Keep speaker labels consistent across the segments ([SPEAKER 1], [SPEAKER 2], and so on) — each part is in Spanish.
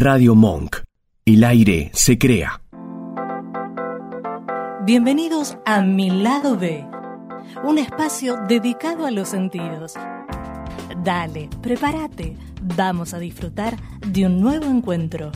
[SPEAKER 1] Radio Monk. El aire se crea.
[SPEAKER 2] Bienvenidos a Mi Lado B, un espacio dedicado a los sentidos. Dale, prepárate, vamos a disfrutar de un nuevo encuentro.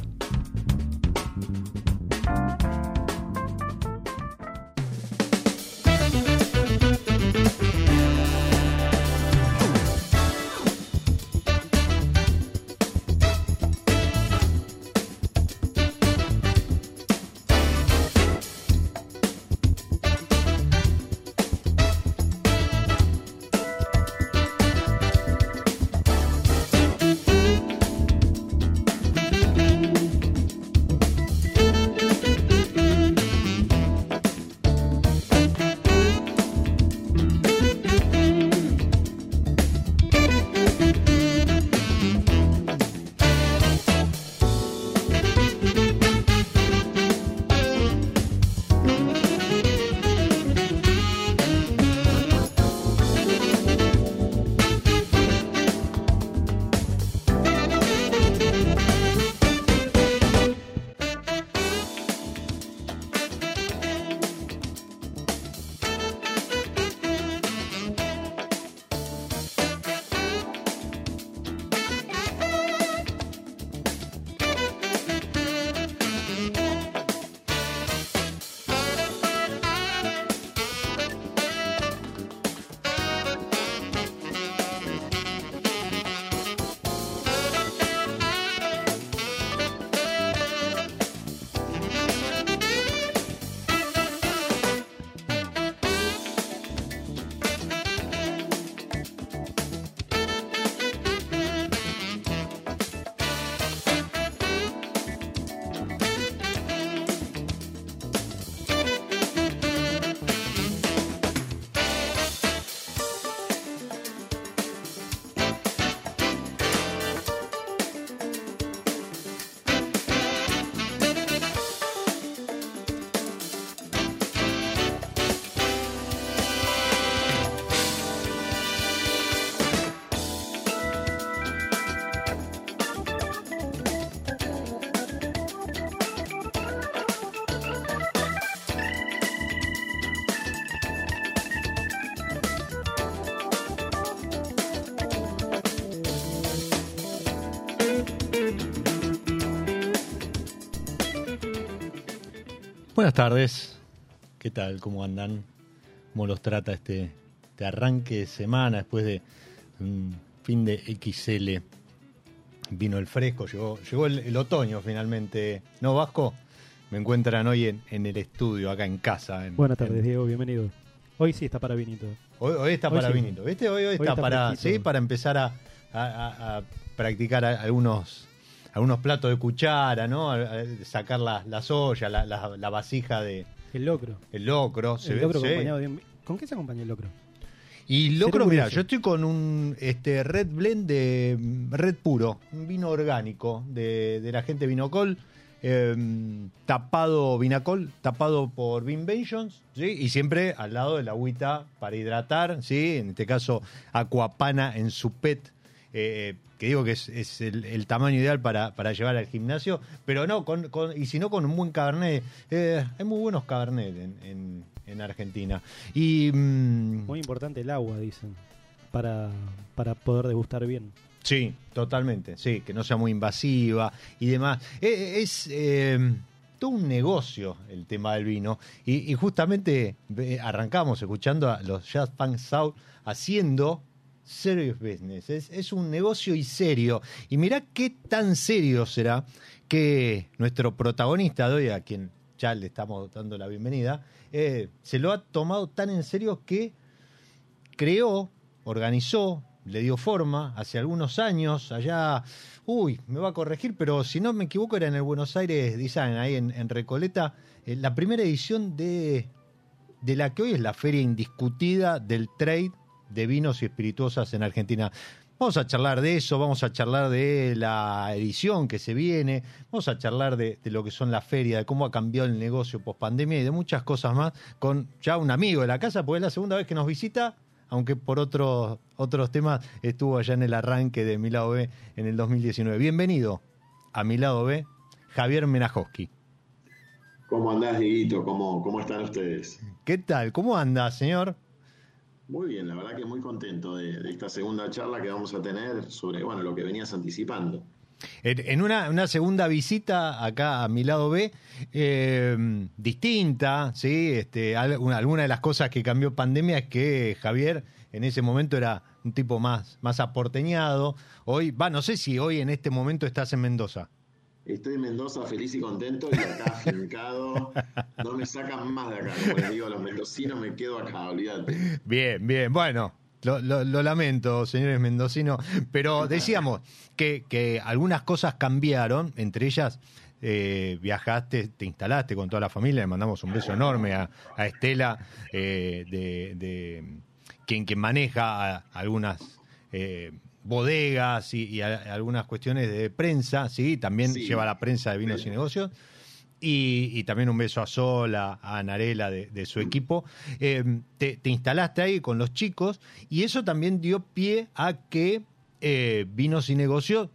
[SPEAKER 3] Buenas tardes, ¿qué tal? ¿Cómo andan? ¿Cómo los trata este arranque de semana después de un fin de XL? Vino el fresco, llegó el otoño finalmente. ¿No, Vasco? Me encuentran hoy en el estudio, acá en casa.
[SPEAKER 4] Buenas tardes, Diego, bienvenido. Hoy sí está para vinito.
[SPEAKER 3] Hoy está para
[SPEAKER 4] sí.
[SPEAKER 3] Vinito, ¿viste? Hoy está para, ¿sí? Para empezar a practicar algunos platos de cuchara, ¿no? Sacar las ollas, la vasija de...
[SPEAKER 4] El locro.
[SPEAKER 3] El locro.
[SPEAKER 4] El locro acompañado de... ¿Con qué se acompaña el locro?
[SPEAKER 3] Y locro, mira, yo estoy con un Red Blend de Red Puro, un vino orgánico de la gente Vinocol, tapado por Vinventions, ¿sí? Y siempre al lado de la agüita para hidratar, ¿sí? En este caso, Aquapana en su PET, que digo que es el tamaño ideal para llevar al gimnasio, pero no, y si no con un buen cabernet. Hay muy buenos cabernet en Argentina. Y
[SPEAKER 4] muy importante el agua, dicen, para poder degustar bien.
[SPEAKER 3] Sí, totalmente, sí, que no sea muy invasiva y demás. Es todo un negocio el tema del vino, y justamente arrancamos escuchando a los Jazz Funk South haciendo serious business. Es un negocio y serio. Y mirá qué tan serio será que nuestro protagonista de hoy, a quien ya le estamos dando la bienvenida, se lo ha tomado tan en serio que creó, organizó, le dio forma hace algunos años, allá, me va a corregir, pero si no me equivoco era en el Buenos Aires Design, ahí en Recoleta, la primera edición de la que hoy es la feria indiscutida del trade de vinos y espirituosas en Argentina. Vamos a charlar de eso, vamos a charlar de la edición que se viene, vamos a charlar de lo que son las ferias, de cómo ha cambiado el negocio post-pandemia y de muchas cosas más con ya un amigo de la casa, porque es la segunda vez que nos visita, aunque por otros temas estuvo allá en el arranque de Mi Lado B en el 2019. Bienvenido a mi lado B, Javier Menajowski.
[SPEAKER 5] ¿Cómo andás, Dieguito? ¿Cómo están ustedes?
[SPEAKER 3] ¿Qué tal? ¿Cómo anda, señor?
[SPEAKER 5] Muy bien, la verdad que muy contento de esta segunda charla que vamos a tener sobre, bueno, lo que venías anticipando.
[SPEAKER 3] En una segunda visita acá a mi lado B, distinta, ¿sí? Alguna de las cosas que cambió pandemia es que Javier en ese momento era un tipo más aporteñado. Hoy, no sé si hoy en este momento estás en Mendoza.
[SPEAKER 5] Estoy en Mendoza feliz y contento y acá afincado. No me sacan más de acá, como les digo a los mendocinos, me quedo acá, olvídate.
[SPEAKER 3] Bien, bueno. Lo lamento, señores mendocinos, pero decíamos que algunas cosas cambiaron, entre ellas viajaste, te instalaste con toda la familia, le mandamos un beso enorme a Estela, quien maneja algunas bodegas y algunas cuestiones de prensa, ¿sí? También lleva la prensa de Vinos y Negocios. Y también un beso a Sol, a Anarela de su equipo. Te instalaste ahí con los chicos y eso también dio pie a que Vinos y Negocios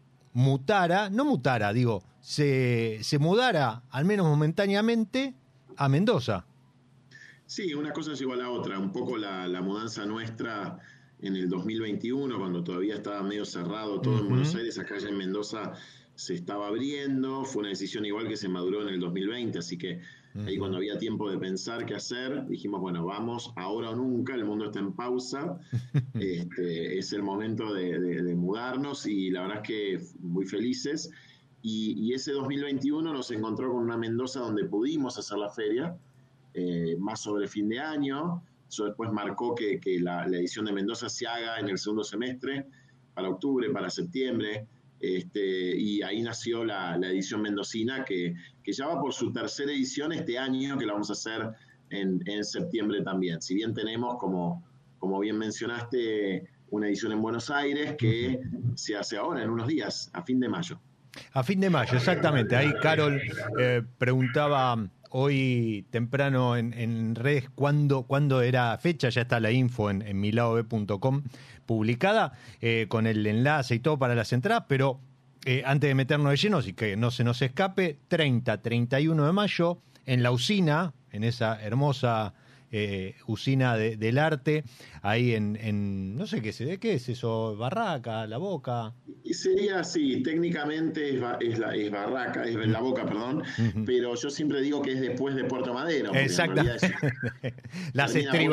[SPEAKER 3] se mudara, al menos momentáneamente, a Mendoza.
[SPEAKER 5] Sí, una cosa es igual a otra. Un poco la mudanza nuestra en el 2021, cuando todavía estaba medio cerrado todo en Buenos Aires, acá ya en Mendoza se estaba abriendo, fue una decisión igual que se maduró en el 2020, así que ahí cuando había tiempo de pensar qué hacer, dijimos, bueno, vamos, ahora o nunca, el mundo está en pausa, es el momento de mudarnos y la verdad es que muy felices. Y ese 2021 nos encontró con una Mendoza donde pudimos hacer la feria, más sobre fin de año. Eso después marcó que la edición de Mendoza se haga en el segundo semestre, para octubre, para septiembre. Y ahí nació la edición mendocina, que ya va por su tercera edición este año, que la vamos a hacer en septiembre también. Si bien tenemos, como bien mencionaste, una edición en Buenos Aires que se hace ahora, en unos días, a fin de mayo.
[SPEAKER 3] A fin de mayo, exactamente. Ahí Carol preguntaba hoy temprano en redes cuándo era fecha. Ya está la info en miladob.com publicada con el enlace y todo para las entradas, pero antes de meternos de llenos y que no se nos escape, 30-31 de mayo en la usina, en esa hermosa usina del arte, ahí en no sé qué es eso, Barraca, La Boca.
[SPEAKER 5] Y sería así, técnicamente es Barraca, es La Boca, perdón, pero yo siempre digo que es después de Puerto Madero.
[SPEAKER 3] Exacto. Las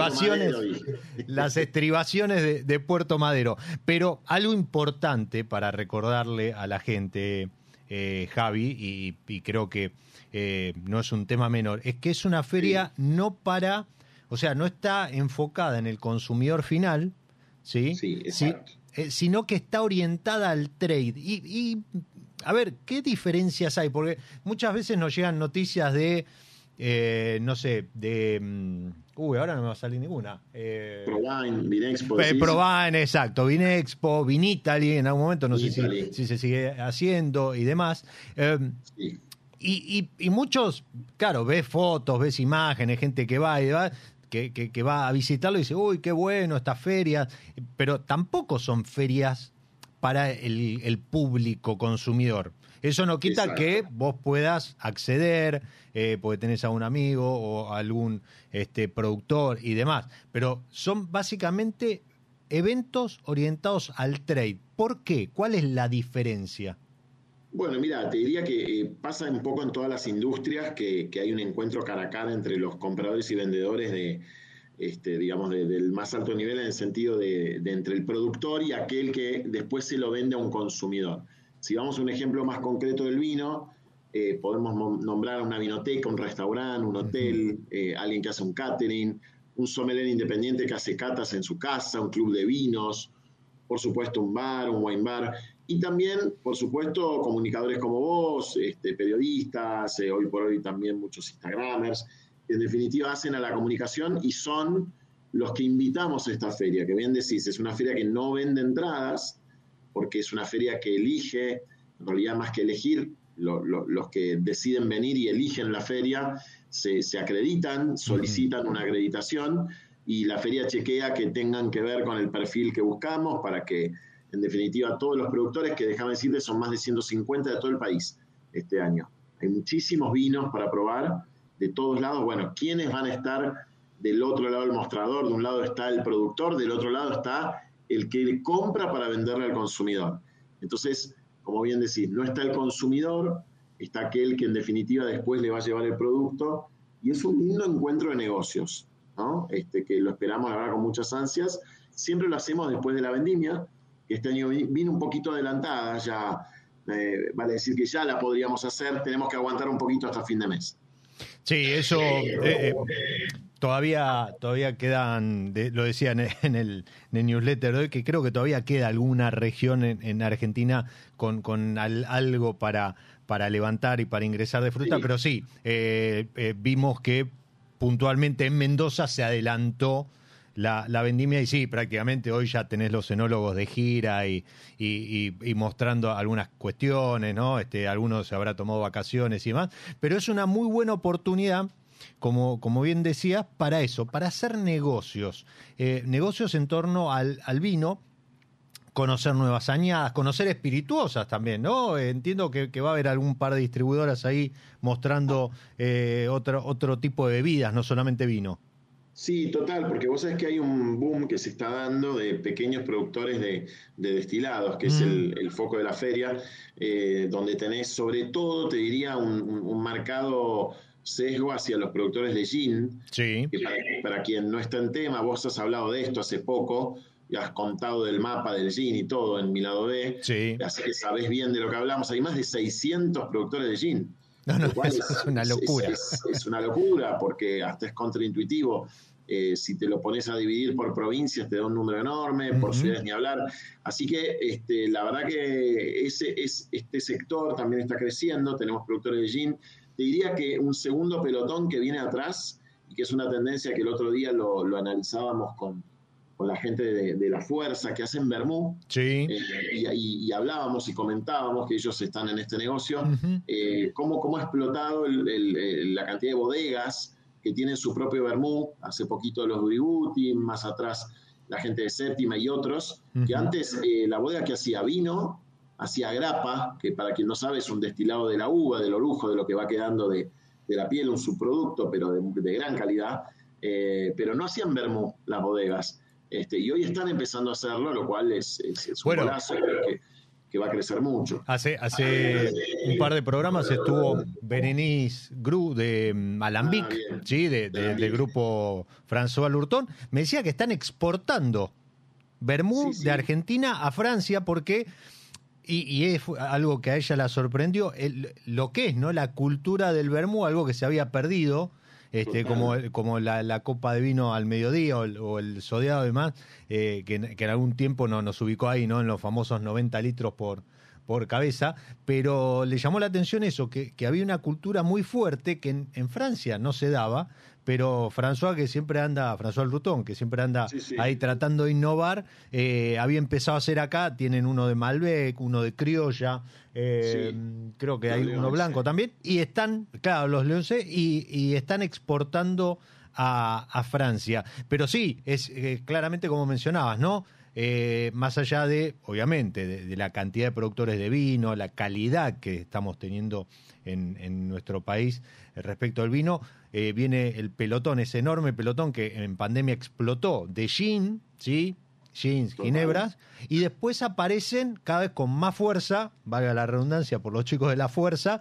[SPEAKER 3] estribaciones de Puerto Madero. Pero algo importante para recordarle a la gente, Javi, y creo que no es un tema menor, es que es una feria no está enfocada en el consumidor final, ¿sí?
[SPEAKER 5] Sí, exacto.
[SPEAKER 3] Sino que está orientada al trade. Y a ver, ¿qué diferencias hay? Porque muchas veces nos llegan noticias de, ahora no me va a salir ninguna.
[SPEAKER 5] ProWine, Vinexpo.
[SPEAKER 3] ProWine, exacto, Vinexpo, Vinitaly, en algún momento, no sé si se sigue haciendo y demás.
[SPEAKER 5] Sí.
[SPEAKER 3] Y muchos, claro, ves fotos, ves imágenes, gente que va que va a visitarlo y dice, uy, qué bueno estas ferias, pero tampoco son ferias para el público consumidor. Eso no quita
[SPEAKER 5] Exacto.
[SPEAKER 3] que vos puedas acceder, porque tenés a un amigo o algún productor y demás, pero son básicamente eventos orientados al trade. ¿Por qué? ¿Cuál es la diferencia?
[SPEAKER 5] Bueno, mira, te diría que pasa un poco en todas las industrias que hay un encuentro cara a cara entre los compradores y vendedores del más alto nivel, en el sentido de entre el productor y aquel que después se lo vende a un consumidor. Si vamos a un ejemplo más concreto del vino, podemos nombrar una vinoteca, un restaurante, un hotel, alguien que hace un catering, un sommelier independiente que hace catas en su casa, un club de vinos, por supuesto un bar, un wine bar. Y también, por supuesto, comunicadores como vos, periodistas, hoy por hoy también muchos instagramers, que en definitiva hacen a la comunicación y son los que invitamos a esta feria, que bien decís, es una feria que no vende entradas, porque es una feria que elige, en realidad más que elegir, los que deciden venir y eligen la feria, se acreditan, solicitan una acreditación y la feria chequea que tengan que ver con el perfil que buscamos para que en definitiva, todos los productores, que déjame decirte, son más de 150 de todo el país este año. Hay muchísimos vinos para probar de todos lados. Bueno, ¿quiénes van a estar del otro lado del mostrador? De un lado está el productor, del otro lado está el que compra para venderle al consumidor. Entonces, como bien decís, no está el consumidor, está aquel que en definitiva después le va a llevar el producto, y es un lindo encuentro de negocios, ¿no? Que lo esperamos, la verdad, con muchas ansias. Siempre lo hacemos después de la vendimia, que este año vino un poquito adelantada, ya vale decir que ya la podríamos hacer, tenemos que aguantar un poquito hasta fin de mes.
[SPEAKER 3] Sí, eso todavía quedan, lo decía en el newsletter de hoy, que creo que todavía queda alguna región en Argentina con algo para levantar y para ingresar de fruta, sí. Pero sí, vimos que puntualmente en Mendoza se adelantó la vendimia, y sí, prácticamente hoy ya tenés los enólogos de gira y mostrando algunas cuestiones, ¿no? Algunos se habrá tomado vacaciones y demás, pero es una muy buena oportunidad, como bien decías, para eso, para hacer negocios en torno al vino, conocer nuevas añadas, conocer espirituosas también, ¿no? Entiendo que va a haber algún par de distribuidoras ahí mostrando otro tipo de bebidas, no solamente vino.
[SPEAKER 5] Sí, total, porque vos sabés que hay un boom que se está dando de pequeños productores de destilados, que es el foco de la feria, donde tenés sobre todo, te diría, un marcado sesgo hacia los productores de gin.
[SPEAKER 3] Sí.
[SPEAKER 5] Que para quien no está en tema, vos has hablado de esto hace poco, y has contado del mapa del gin y todo en mi lado B,
[SPEAKER 3] sí.
[SPEAKER 5] Así que sabés bien de lo que hablamos. Hay más de 600 productores de gin.
[SPEAKER 3] No, es una locura.
[SPEAKER 5] Es una locura, porque hasta es contraintuitivo. Si te lo pones a dividir por provincias te da un número enorme, por ciudades ni hablar. Así que la verdad que este sector también está creciendo. Tenemos productores de gin. Te diría que un segundo pelotón que viene atrás, y que es una tendencia que el otro día lo analizábamos con la gente de La Fuerza, que hacen vermú,
[SPEAKER 3] sí.
[SPEAKER 5] Y hablábamos y comentábamos que ellos están en este negocio, cómo ha explotado la cantidad de bodegas que tienen su propio vermú. Hace poquito los Duriguti, más atrás la gente de Séptima y otros, que antes la bodega que hacía vino, hacía grapa, que para quien no sabe es un destilado de la uva, del orujo, de lo que va quedando de la piel, un subproducto, pero de gran calidad, pero no hacían vermú las bodegas. Y hoy están empezando a hacerlo, lo cual es un golazo que va a crecer mucho.
[SPEAKER 3] Hace un par de programas estuvo Berenice Gru de Alambic, ¿sí? del grupo François Lurton. Me decía que están exportando vermú de Argentina a Francia, porque, y es algo que a ella la sorprendió, lo que es, ¿no?, la cultura del vermú, algo que se había perdido. Como la copa de vino al mediodía o el sodeado y demás, que en algún tiempo nos ubicó ahí, ¿no?, en los famosos 90 litros por cabeza, pero le llamó la atención eso, que había una cultura muy fuerte que en Francia no se daba, pero François Lurton, que siempre anda ahí tratando de innovar, había empezado a hacer acá. Tienen uno de Malbec, uno de Criolla, creo que hay uno blanco también, y están, claro, los Leoncé, y están exportando a Francia. Pero sí, es claramente como mencionabas, ¿no? Más allá de, obviamente, de la cantidad de productores de vino, la calidad que estamos teniendo en nuestro país respecto al vino, viene el pelotón, ese enorme pelotón que en pandemia explotó de gin, ¿sí? Gins, ginebras, y después aparecen cada vez con más fuerza, valga la redundancia por los chicos de La Fuerza,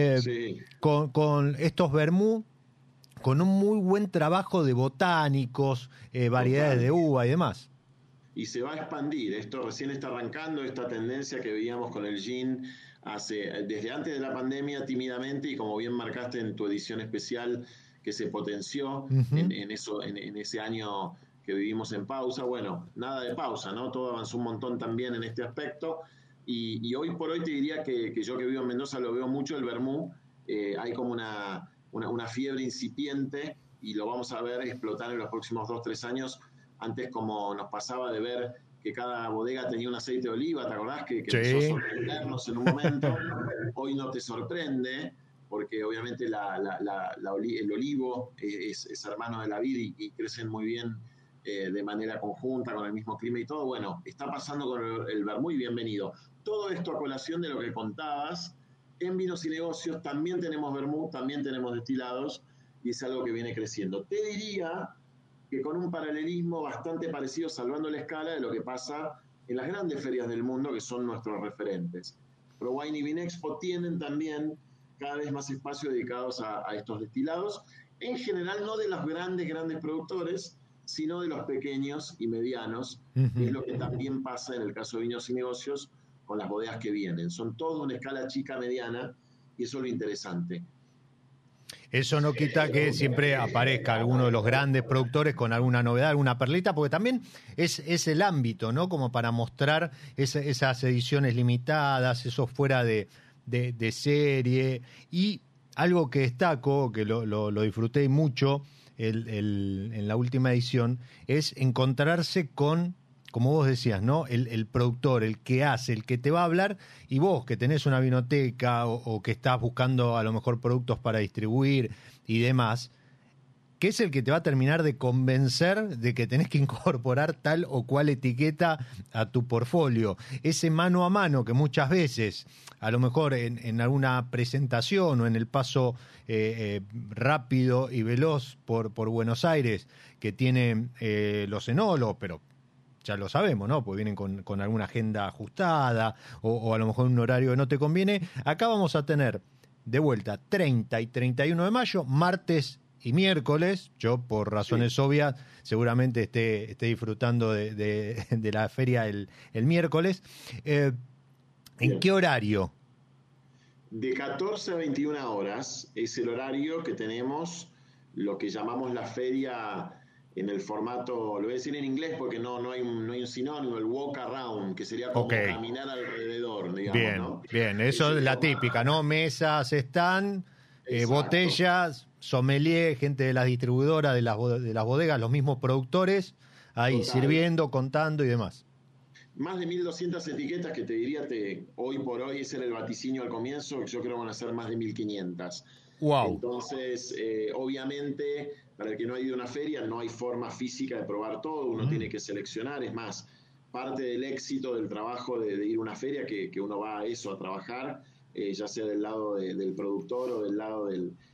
[SPEAKER 3] con estos vermú, con un muy buen trabajo de botánicos, variedades de uva y demás.
[SPEAKER 5] Y se va a expandir. Esto recién está arrancando, esta tendencia que veíamos con el gin desde antes de la pandemia, tímidamente, y como bien marcaste en tu edición especial, que se potenció en ese año que vivimos en pausa. Bueno, nada de pausa, ¿no? Todo avanzó un montón también en este aspecto, y hoy por hoy te diría que yo que vivo en Mendoza lo veo mucho, el vermú. Hay como una fiebre incipiente, y lo vamos a ver explotar en los próximos 2-3 años. Antes, como nos pasaba de ver que cada bodega tenía un aceite de oliva, ¿te acordás? Que empezó a sorprendernos en un momento. Hoy no te sorprende, porque obviamente el olivo es hermano de la vid, y crecen muy bien de manera conjunta, con el mismo clima y todo. Bueno, está pasando con el vermú y bienvenido. Todo esto a colación de lo que contabas. En Vinos y Negocios también tenemos vermú, también tenemos destilados, y es algo que viene creciendo. Te diría que con un paralelismo bastante parecido, salvando la escala, de lo que pasa en las grandes ferias del mundo, que son nuestros referentes. ProWine y Vinexpo tienen también cada vez más espacios dedicados a estos destilados, en general no de los grandes productores, sino de los pequeños y medianos, que es lo que también pasa en el caso de Vinos y Negocios con las bodegas que vienen. Son todos una escala chica, mediana, y eso es lo interesante.
[SPEAKER 3] Eso no quita que siempre aparezca alguno de los grandes productores con alguna novedad, alguna perlita, porque también es el ámbito, ¿no? Como para mostrar esas ediciones limitadas, eso fuera de serie. Y algo que destaco, que lo disfruté mucho en la última edición, es encontrarse con, como vos decías, ¿no? El productor, el que hace, el que te va a hablar, y vos que tenés una vinoteca o que estás buscando a lo mejor productos para distribuir y demás, que es el que te va a terminar de convencer de que tenés que incorporar tal o cual etiqueta a tu portfolio. Ese mano a mano que muchas veces, a lo mejor en alguna presentación o en el paso rápido y veloz por Buenos Aires, que tienen los enólogos, pero ya lo sabemos, ¿no? Pues vienen con alguna agenda ajustada o a lo mejor un horario que no te conviene. Acá vamos a tener de vuelta 30 y 31 de mayo, martes y miércoles. Yo, por razones obvias, seguramente esté disfrutando de la feria el miércoles. ¿En qué horario?
[SPEAKER 5] De 14 a 21 horas es el horario que tenemos, lo que llamamos la feria en el formato, lo voy a decir en inglés porque no hay un sinónimo, el walk around, que sería como caminar alrededor, digamos,
[SPEAKER 3] bien,
[SPEAKER 5] ¿no?
[SPEAKER 3] Bien, eso es la típica, ¿no? Mesas, stand, botellas, sommelier, gente de las distribuidoras, de las bodegas, los mismos productores, ahí sirviendo, contando y demás.
[SPEAKER 5] Más de 1.200 etiquetas que te diría, hoy por hoy, ese era el vaticinio al comienzo, yo creo que van a ser más de 1.500.
[SPEAKER 3] Wow.
[SPEAKER 5] Entonces, obviamente, para el que no ha ido a una feria, no hay forma física de probar todo, uno tiene que seleccionar. Es más, parte del éxito del trabajo de ir a una feria, que uno va a eso, a trabajar, ya sea del lado del productor o del lado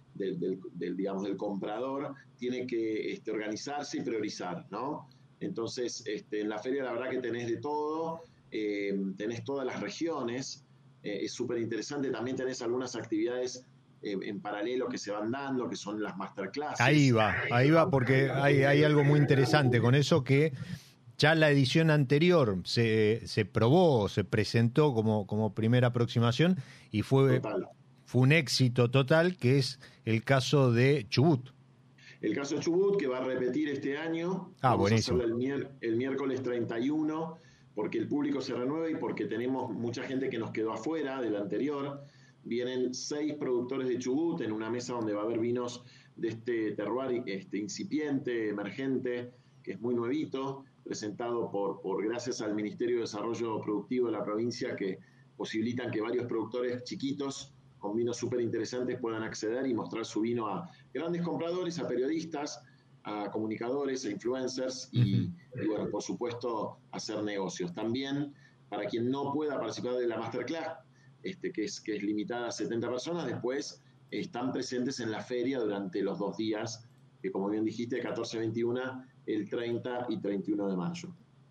[SPEAKER 5] digamos, del comprador, tiene que organizarse y priorizar, ¿no? Entonces, en la feria la verdad que tenés de todo, tenés todas las regiones, es súper interesante, también tenés algunas actividades en paralelo que se van dando, que son las masterclasses.
[SPEAKER 3] Ahí va, porque hay algo muy interesante con eso, que ya la edición anterior se probó, se presentó como primera aproximación y fue un éxito total, que es el caso de Chubut.
[SPEAKER 5] El caso de Chubut, que va a repetir este año.
[SPEAKER 3] Buenísimo.
[SPEAKER 5] Vamos a hacerlo el miércoles 31, porque el público se renueva y porque tenemos mucha gente que nos quedó afuera del anterior. Vienen 6 productores de Chubut en una mesa donde va a haber vinos de este terroir incipiente, emergente, que es muy nuevito, presentado gracias al Ministerio de Desarrollo Productivo de la provincia, que posibilitan que varios productores chiquitos con vinos súper interesantes puedan acceder y mostrar su vino a grandes compradores, a periodistas, a comunicadores, a influencers y bueno, por supuesto, hacer negocios. También, para quien no pueda participar de la masterclass, que es limitada a 70 personas, después están presentes en la feria durante los 2 días, que como bien dijiste, 14-21, el 30 y 31 de mayo.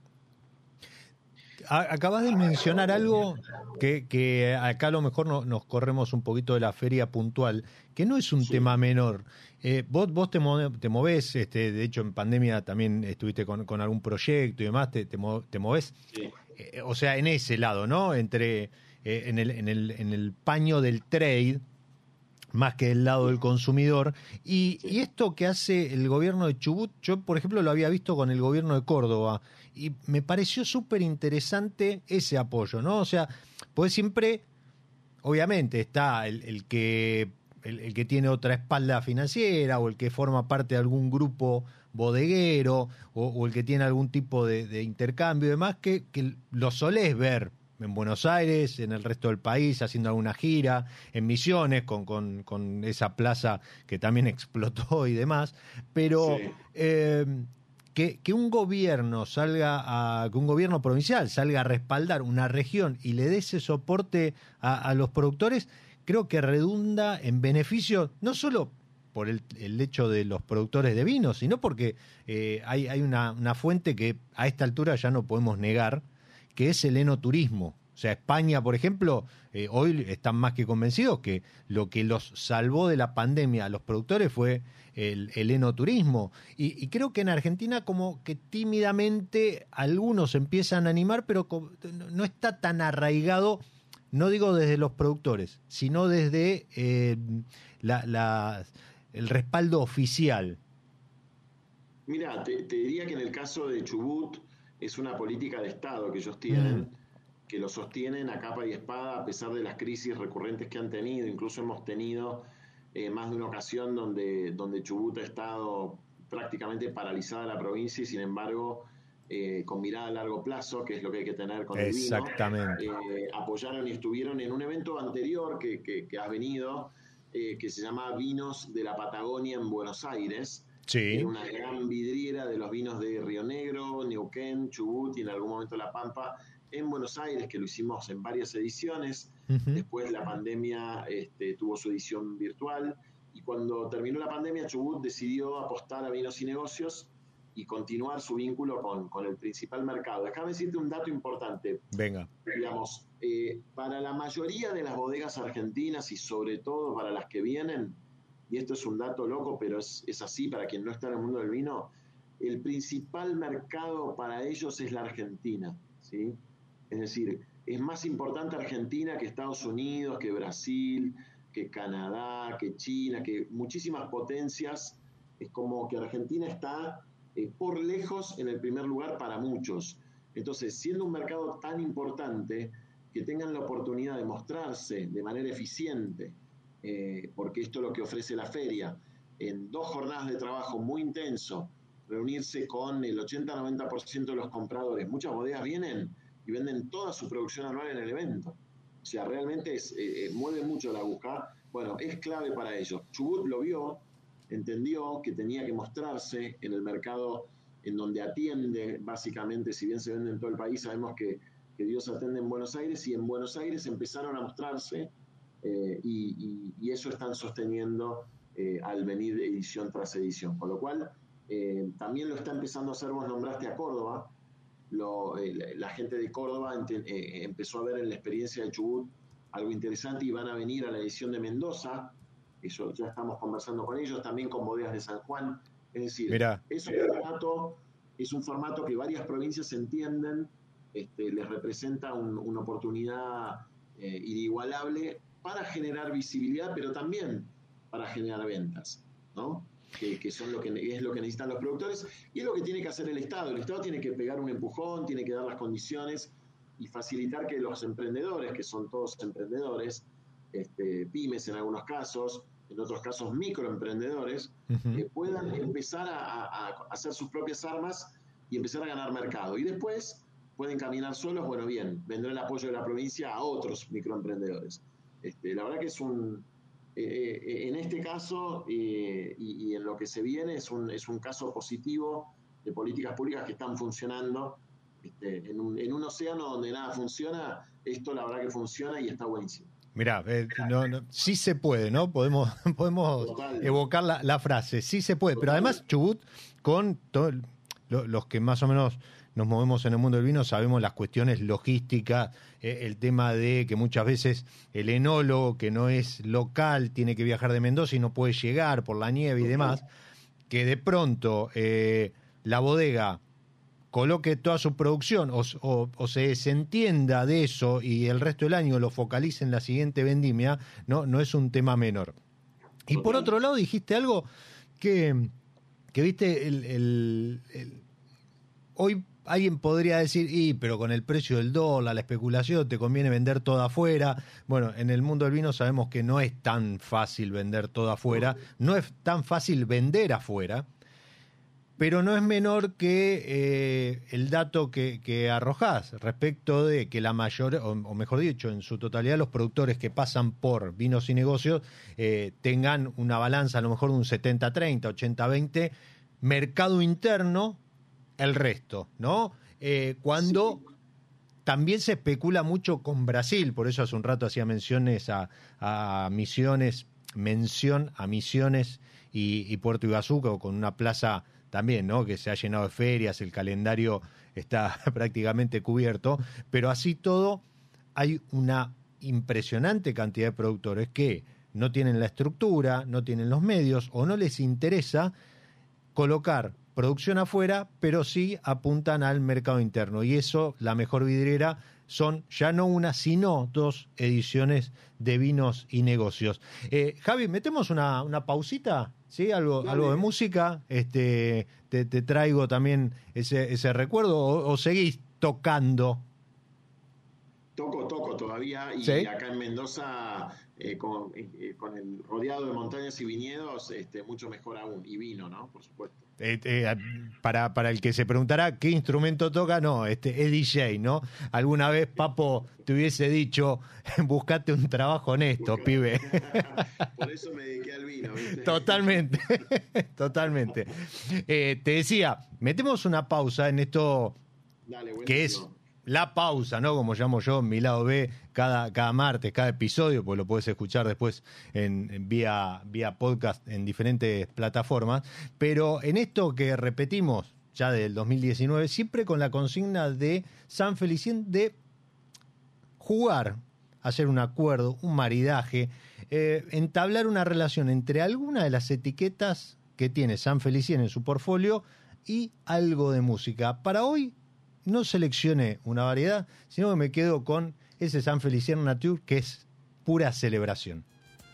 [SPEAKER 3] Acabas de mencionar algo que acá a lo mejor nos corremos un poquito de la feria puntual, que no es un tema menor. Vos te movés, de hecho en pandemia también estuviste con algún proyecto y demás, te movés, o sea, en ese lado, ¿no? Entre en el paño del trade, más que del lado del consumidor. Y esto que hace el gobierno de Chubut, yo por ejemplo lo había visto con el gobierno de Córdoba, y me pareció súper interesante ese apoyo, ¿no? O sea, pues siempre, obviamente, está el que tiene otra espalda financiera, o el que forma parte de algún grupo bodeguero, o el que tiene algún tipo de intercambio y demás, que lo solés ver en Buenos Aires, en el resto del país, haciendo alguna gira, en Misiones, con esa plaza que también explotó y demás. Pero, que un gobierno que un gobierno provincial salga a respaldar una región y le dé ese soporte a los productores, creo que redunda en beneficio, no solo por el hecho de los productores de vino, sino porque hay una fuente que a esta altura ya no podemos negar, que es el enoturismo. O sea, España, por ejemplo, hoy están más que convencidos que lo que los salvó de la pandemia a los productores fue el enoturismo. Y creo que en Argentina como que tímidamente algunos empiezan a animar, pero no está tan arraigado, no digo desde los productores, sino desde el respaldo oficial.
[SPEAKER 5] Mira, te diría que en el caso de Chubut es una política de Estado que ellos tienen, que lo sostienen a capa y espada a pesar de las crisis recurrentes que han tenido. Incluso hemos tenido más de una ocasión donde Chubut ha estado prácticamente paralizada la provincia y sin embargo con mirada a largo plazo, que es lo que hay que tener con el vino.
[SPEAKER 3] Exactamente.
[SPEAKER 5] Apoyaron y estuvieron en un evento anterior que has venido, que se llama Vinos de la Patagonia en Buenos Aires.
[SPEAKER 3] Sí.
[SPEAKER 5] Era una gran vidriera de los vinos de Río Negro, Neuquén, Chubut y en algún momento La Pampa en Buenos Aires, que lo hicimos en varias ediciones.
[SPEAKER 3] Uh-huh.
[SPEAKER 5] Después la pandemia tuvo su edición virtual y cuando terminó la pandemia Chubut decidió apostar a vinos y negocios y continuar su vínculo con el principal mercado. Déjame decirte un dato importante.
[SPEAKER 3] Venga.
[SPEAKER 5] Digamos, para la mayoría de las bodegas argentinas y sobre todo para las que vienen, y esto es un dato loco, pero es así para quien no está en el mundo del vino, el principal mercado para ellos es la Argentina, ¿sí? Es decir, es más importante Argentina que Estados Unidos, que Brasil, que Canadá, que China, que muchísimas potencias. Es como que Argentina está por lejos en el primer lugar para muchos. Entonces, siendo un mercado tan importante, que tengan la oportunidad de mostrarse de manera eficiente, porque esto es lo que ofrece la feria, en 2 jornadas de trabajo muy intenso, reunirse con el 80-90% de los compradores. Muchas bodegas vienen y venden toda su producción anual en el evento. O sea, realmente mueve mucho la aguja. Bueno, es clave para ellos. Chubut lo vio, entendió que tenía que mostrarse en el mercado en donde atiende, básicamente, si bien se vende en todo el país, sabemos que Dios atiende en Buenos Aires, y en Buenos Aires empezaron a mostrarse y eso están sosteniendo al venir edición tras edición. Con lo cual, también lo está empezando a hacer, vos nombraste a Córdoba, la gente de Córdoba empezó a ver en la experiencia de Chubut algo interesante y van a venir a la edición de Mendoza. Eso ya estamos conversando con ellos, también con bodegas de San Juan. Es decir,
[SPEAKER 3] Mirá.
[SPEAKER 5] es un formato que varias provincias entienden, les representa una oportunidad inigualable para generar visibilidad, pero también para generar ventas, ¿no? Que son es lo que necesitan los productores y es lo que tiene que hacer el Estado. El Estado tiene que pegar un empujón, tiene que dar las condiciones y facilitar que los emprendedores, que son todos emprendedores, pymes en algunos casos, en otros casos microemprendedores,
[SPEAKER 3] Uh-huh.
[SPEAKER 5] puedan empezar a hacer sus propias armas y empezar a ganar mercado. Y después pueden caminar solos, bueno, bien, vendrá el apoyo de la provincia a otros microemprendedores. La verdad que es en este caso y en lo que se viene es un caso positivo de políticas públicas que están funcionando. En un océano donde nada funciona, esto la verdad que funciona y está buenísimo.
[SPEAKER 3] Mirá, sí se puede, ¿no? Podemos
[SPEAKER 5] Total.
[SPEAKER 3] evocar la frase, sí se puede. Pero además Chubut, con todos los que más o menos nos movemos en el mundo del vino, sabemos las cuestiones logísticas, el tema de que muchas veces el enólogo que no es local tiene que viajar de Mendoza y no puede llegar por la nieve y demás, que de pronto la bodega coloque toda su producción o se desentienda de eso y el resto del año lo focalice en la siguiente vendimia, no es un tema menor. Y por otro lado dijiste algo que viste, hoy alguien podría decir, pero con el precio del dólar, la especulación, te conviene vender todo afuera. Bueno, en el mundo del vino sabemos que no es tan fácil vender todo afuera, no es tan fácil vender afuera, pero no es menor que el dato que arrojás respecto de que la mayor, o mejor dicho, en su totalidad, los productores que pasan por Vinos y Negocios tengan una balanza a lo mejor de un 70-30, 80-20, mercado interno el resto, ¿no? Cuando
[SPEAKER 5] Sí.
[SPEAKER 3] también se especula mucho con Brasil, por eso hace un rato hacía menciones a Misiones, mención a Misiones y Puerto Iguazú, con una plaza también, ¿no? Que se ha llenado de ferias, el calendario está prácticamente cubierto, pero así todo hay una impresionante cantidad de productores que no tienen la estructura, no tienen los medios o no les interesa colocar producción afuera, pero sí apuntan al mercado interno. Y eso, La Mejor Vidriera, son ya no una, sino 2 ediciones de Vinos y Negocios. Javi, ¿metemos una pausita? ¿Sí? Algo de música. Te traigo también ese recuerdo o seguís tocando.
[SPEAKER 5] Toco todavía y
[SPEAKER 3] ¿Sí?
[SPEAKER 5] acá en Mendoza con el rodeado de montañas y viñedos, mucho mejor aún. Y vino, ¿no? Por supuesto.
[SPEAKER 3] Para el que se preguntará qué instrumento toca, no, es DJ, ¿no? Alguna vez Papo te hubiese dicho, buscate un trabajo honesto, pibe.
[SPEAKER 5] Por eso me dediqué al vino, ¿viste?
[SPEAKER 3] Totalmente, totalmente. Te decía, metemos una pausa en esto
[SPEAKER 5] Dale,
[SPEAKER 3] que es
[SPEAKER 5] buenísimo.
[SPEAKER 3] la pausa, ¿no? Como llamo yo en mi lado B, cada martes, cada episodio, pues lo puedes escuchar después en vía podcast en diferentes plataformas. Pero en esto que repetimos ya del 2019, siempre con la consigna de San Felicien de jugar, hacer un acuerdo, un maridaje, entablar una relación entre alguna de las etiquetas que tiene San Felicien en su portfolio y algo de música. Para hoy no seleccioné una variedad, sino que me quedo con ese San Felicien Nature, que es pura celebración.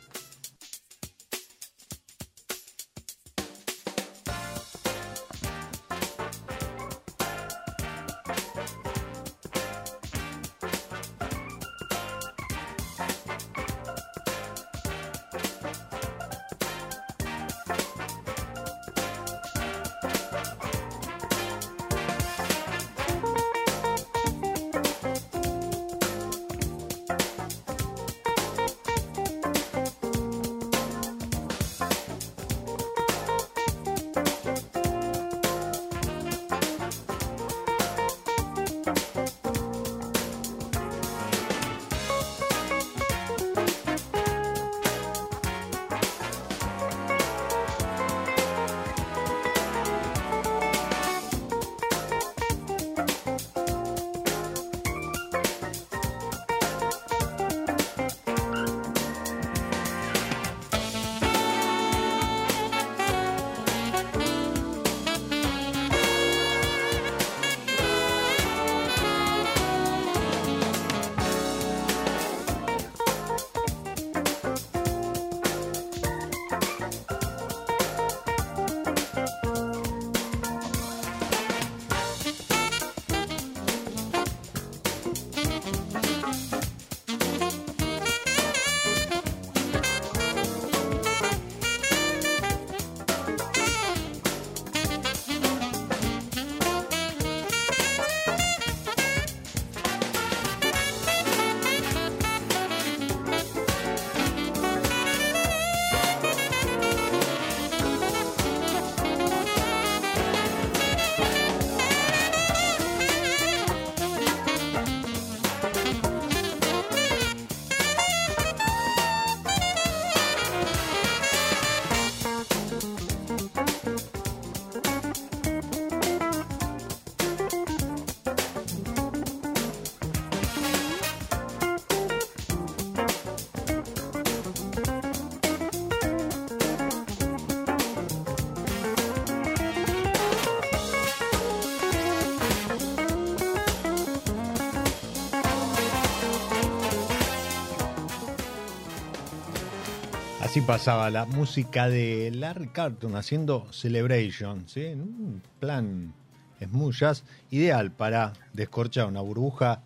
[SPEAKER 3] Así pasaba la música de Larry Carlton haciendo Celebration, ¿sí? En un plan smooth jazz ideal para descorchar una burbuja.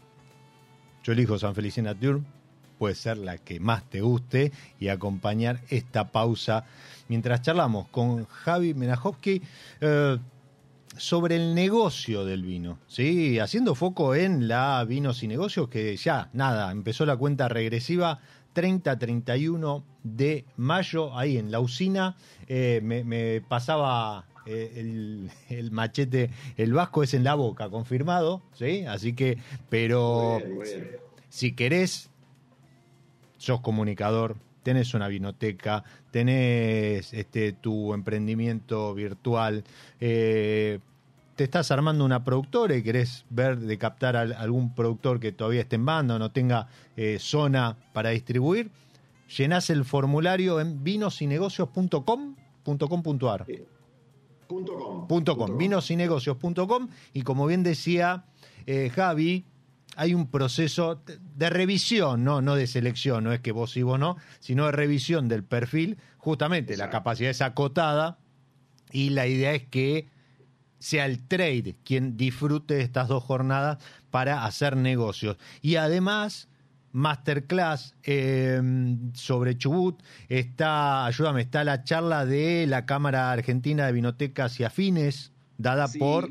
[SPEAKER 3] Yo elijo San Felicien Nature, puede ser la que más te guste, y acompañar esta pausa mientras charlamos con Javi Menajowski sobre el negocio del vino, ¿sí? Haciendo foco en la Vinos y Negocios, que ya, nada, empezó la cuenta regresiva 30-31 de mayo, ahí en la usina. Me pasaba el machete, el vasco es en la boca, confirmado, ¿sí? Así que, pero
[SPEAKER 5] Muy bien.
[SPEAKER 3] si querés, sos comunicador, tenés una vinoteca, tenés tu emprendimiento virtual, te estás armando una productora y querés ver de captar a algún productor que todavía esté en banda o no tenga zona para distribuir, llenás el formulario en vinosinegocios.com.ar. Vinosinegocios.com, y como bien decía Javi, hay un proceso de revisión, no de selección, no es que vos y vos no, sino de revisión del perfil. Justamente la capacidad es acotada y la idea es que sea el trade quien disfrute de estas 2 jornadas para hacer negocios. Y además, masterclass sobre Chubut, está la charla de la Cámara Argentina de Vinotecas y Afines, dada por...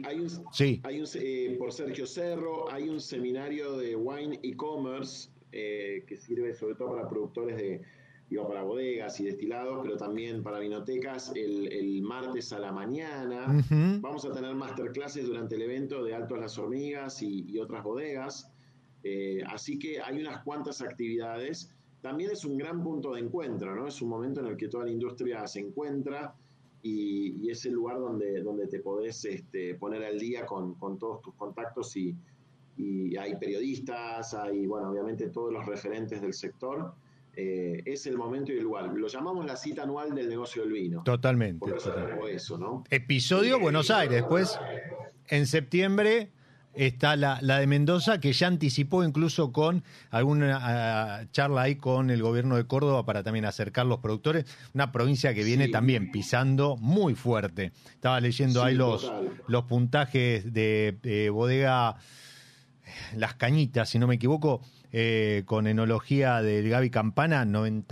[SPEAKER 5] Por Sergio Cerro, hay un seminario de Wine e-commerce que sirve sobre todo para productores para bodegas y destilados, pero también para vinotecas, el martes a la mañana.
[SPEAKER 3] Uh-huh.
[SPEAKER 5] Vamos a tener masterclasses durante el evento de Altos Las Hormigas y otras bodegas. Así que hay unas cuantas actividades. También es un gran punto de encuentro, ¿no? Es un momento en el que toda la industria se encuentra y es el lugar donde te podés poner al día con todos tus contactos y hay periodistas, hay, bueno, obviamente todos los referentes del sector. Es el momento y el lugar. Lo llamamos la cita anual del negocio del vino.
[SPEAKER 3] Totalmente.
[SPEAKER 5] Eso, ¿no?
[SPEAKER 3] Episodio Buenos Aires. Después, en septiembre, está la de Mendoza, que ya anticipó incluso con alguna charla ahí con el gobierno de Córdoba para también acercar los productores. Una provincia que viene también pisando muy fuerte. Estaba leyendo ahí los puntajes de bodega Las Cañitas, si no me equivoco, con enología del Gaby Campana,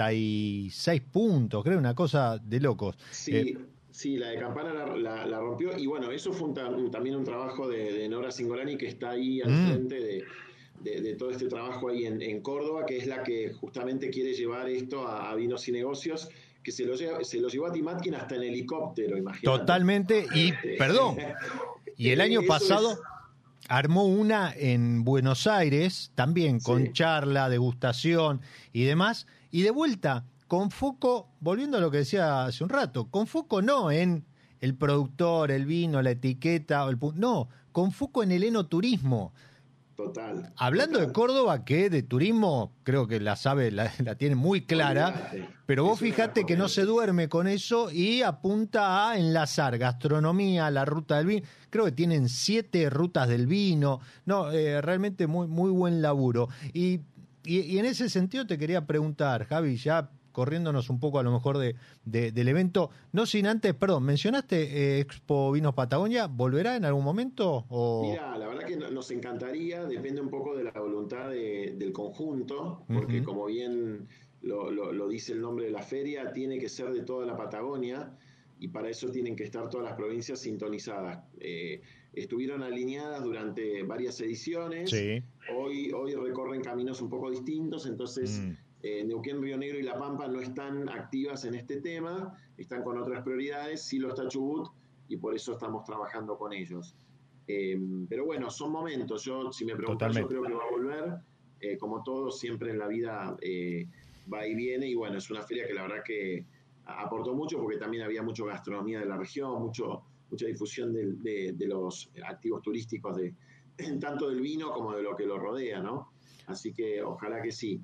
[SPEAKER 3] 96 puntos, creo, una cosa de locos.
[SPEAKER 5] Sí, la de Campana la rompió, y bueno, eso fue también un trabajo de Nora Singolani, que está ahí al frente de todo este trabajo ahí en Córdoba, que es la que justamente quiere llevar esto a Vinos y Negocios, que se lo llevó a Timatkin hasta en helicóptero, imagínate.
[SPEAKER 3] Totalmente, y perdón, y el año pasado... armó una en Buenos Aires, también con charla, degustación y demás, y de vuelta, con foco, volviendo a lo que decía hace un rato, con foco no en el productor, el vino, la etiqueta, no, con foco en el enoturismo.
[SPEAKER 5] Total.
[SPEAKER 3] Hablando de Córdoba, que de turismo creo que la sabe, la tiene muy clara, pero vos fíjate que no se duerme con eso y apunta a enlazar gastronomía, la ruta del vino. Creo que tienen 7 rutas del vino. No, realmente muy, muy buen laburo. Y en ese sentido te quería preguntar, Javi, ya corriéndonos un poco a lo mejor del evento, no sin antes, perdón, mencionaste Expo Vinos Patagonia, ¿volverá en algún momento?
[SPEAKER 5] Mira, la verdad que nos encantaría, depende un poco de la voluntad del conjunto, porque como bien lo dice el nombre de la feria, tiene que ser de toda la Patagonia, y para eso tienen que estar todas las provincias sintonizadas. Estuvieron alineadas durante varias ediciones, hoy recorren caminos un poco distintos, entonces... Neuquén, Río Negro y La Pampa no están activas en este tema, están con otras prioridades, sí lo está Chubut, y por eso estamos trabajando con ellos. Pero bueno, son momentos. Si me preguntas, yo creo que va a volver. Como todo, siempre en la vida va y viene, y bueno, es una feria que la verdad que aportó mucho, porque también había mucha gastronomía de la región, mucha difusión de los activos turísticos, tanto del vino como de lo que lo rodea, ¿no? Así que ojalá que sí.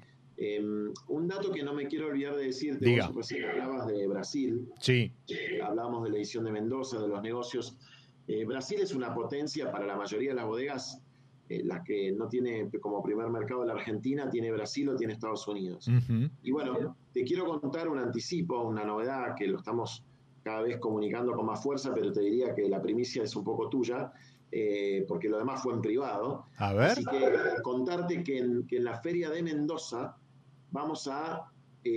[SPEAKER 5] Un dato que no me quiero olvidar de decirte, vos recién hablabas de Brasil, hablábamos de la edición de Mendoza, de los negocios. Brasil es una potencia para la mayoría de las bodegas, la que no tiene como primer mercado la Argentina, tiene Brasil o tiene Estados Unidos. Y bueno, te quiero contar un anticipo, una novedad que lo estamos cada vez comunicando con más fuerza, pero te diría que la primicia es un poco tuya, porque lo demás fue en privado.
[SPEAKER 3] A ver.
[SPEAKER 5] Así que contarte que en la feria de Mendoza vamos a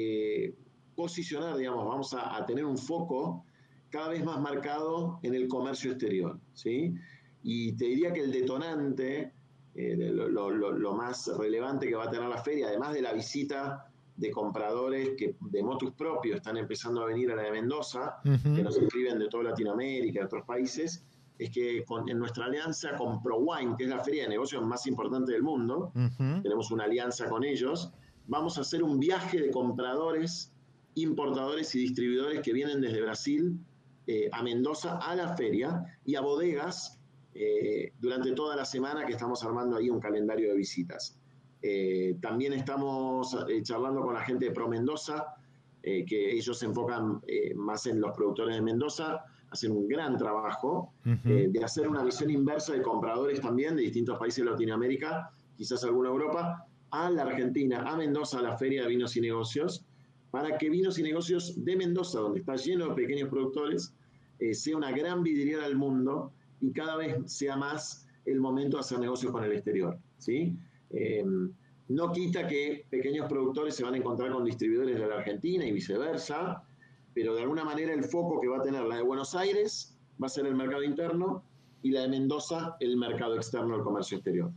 [SPEAKER 5] posicionar, digamos, vamos a tener un foco cada vez más marcado en el comercio exterior, ¿sí? Y te diría que el detonante, lo más relevante que va a tener la feria, además de la visita de compradores que de motus propio están empezando a venir a la de Mendoza,
[SPEAKER 3] Ujú.
[SPEAKER 5] que nos escriben de toda Latinoamérica, de otros países, es que en nuestra alianza con ProWine, que es la feria de negocios más importante del mundo,
[SPEAKER 3] Ujú.
[SPEAKER 5] tenemos una alianza con ellos, vamos a hacer un viaje de compradores, importadores y distribuidores que vienen desde Brasil a Mendoza a la feria y a bodegas durante toda la semana, que estamos armando ahí un calendario de visitas. También estamos charlando con la gente de Pro Mendoza, que ellos se enfocan más en los productores de Mendoza, hacen un gran trabajo de hacer una visión inversa de compradores también de distintos países de Latinoamérica, quizás alguna Europa, a la Argentina, a Mendoza, a la Feria de Vinos y Negocios, para que Vinos y Negocios de Mendoza, donde está lleno de pequeños productores, sea una gran vidriera al mundo y cada vez sea más el momento de hacer negocios con el exterior, ¿sí? No quita que pequeños productores se van a encontrar con distribuidores de la Argentina y viceversa, pero de alguna manera el foco que va a tener la de Buenos Aires va a ser el mercado interno y la de Mendoza el mercado externo, el comercio exterior.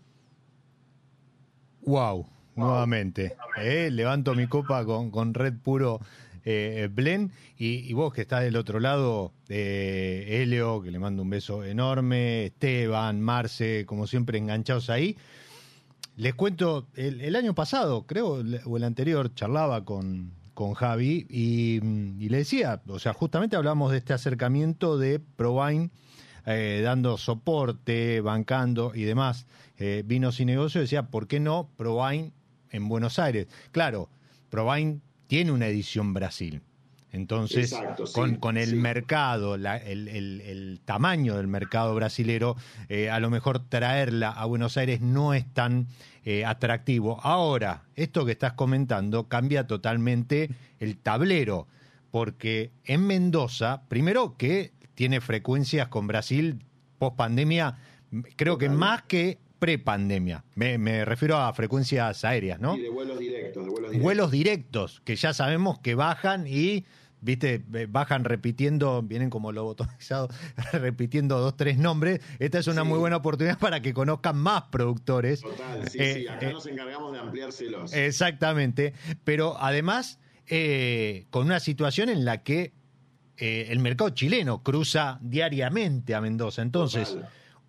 [SPEAKER 3] Wow, nuevamente. Levanto mi copa con Red Puro Blend y vos que estás del otro lado, Helio, que le mando un beso enorme, Esteban, Marce, como siempre enganchados ahí. Les cuento, el año pasado, creo, o el anterior, charlaba con Javi y le decía, o sea, justamente hablamos de este acercamiento de ProWine, dando soporte, bancando y demás, vinos y negocios. Decía, ¿por qué no ProWine en Buenos Aires? Claro, ProWine tiene una edición Brasil. Entonces,
[SPEAKER 5] Exacto, sí,
[SPEAKER 3] con el mercado, el tamaño del mercado brasilero, a lo mejor traerla a Buenos Aires no es tan atractivo. Ahora, esto que estás comentando cambia totalmente el tablero, porque en Mendoza, primero que tiene frecuencias con Brasil post pandemia, creo que más que pre-pandemia. Me refiero a frecuencias aéreas, ¿no?
[SPEAKER 5] Y de vuelos directos.
[SPEAKER 3] Vuelos directos, que ya sabemos que bajan y, viste, bajan repitiendo, vienen como lobotomizados, repitiendo 2, 3 nombres. Esta es una muy buena oportunidad para que conozcan más productores.
[SPEAKER 5] Total, sí, acá nos encargamos de ampliárselos.
[SPEAKER 3] Exactamente, pero además con una situación en la que el mercado chileno cruza diariamente a Mendoza. Entonces,
[SPEAKER 5] Total.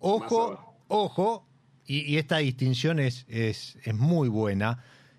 [SPEAKER 3] ojo, y esta distinción es muy buena.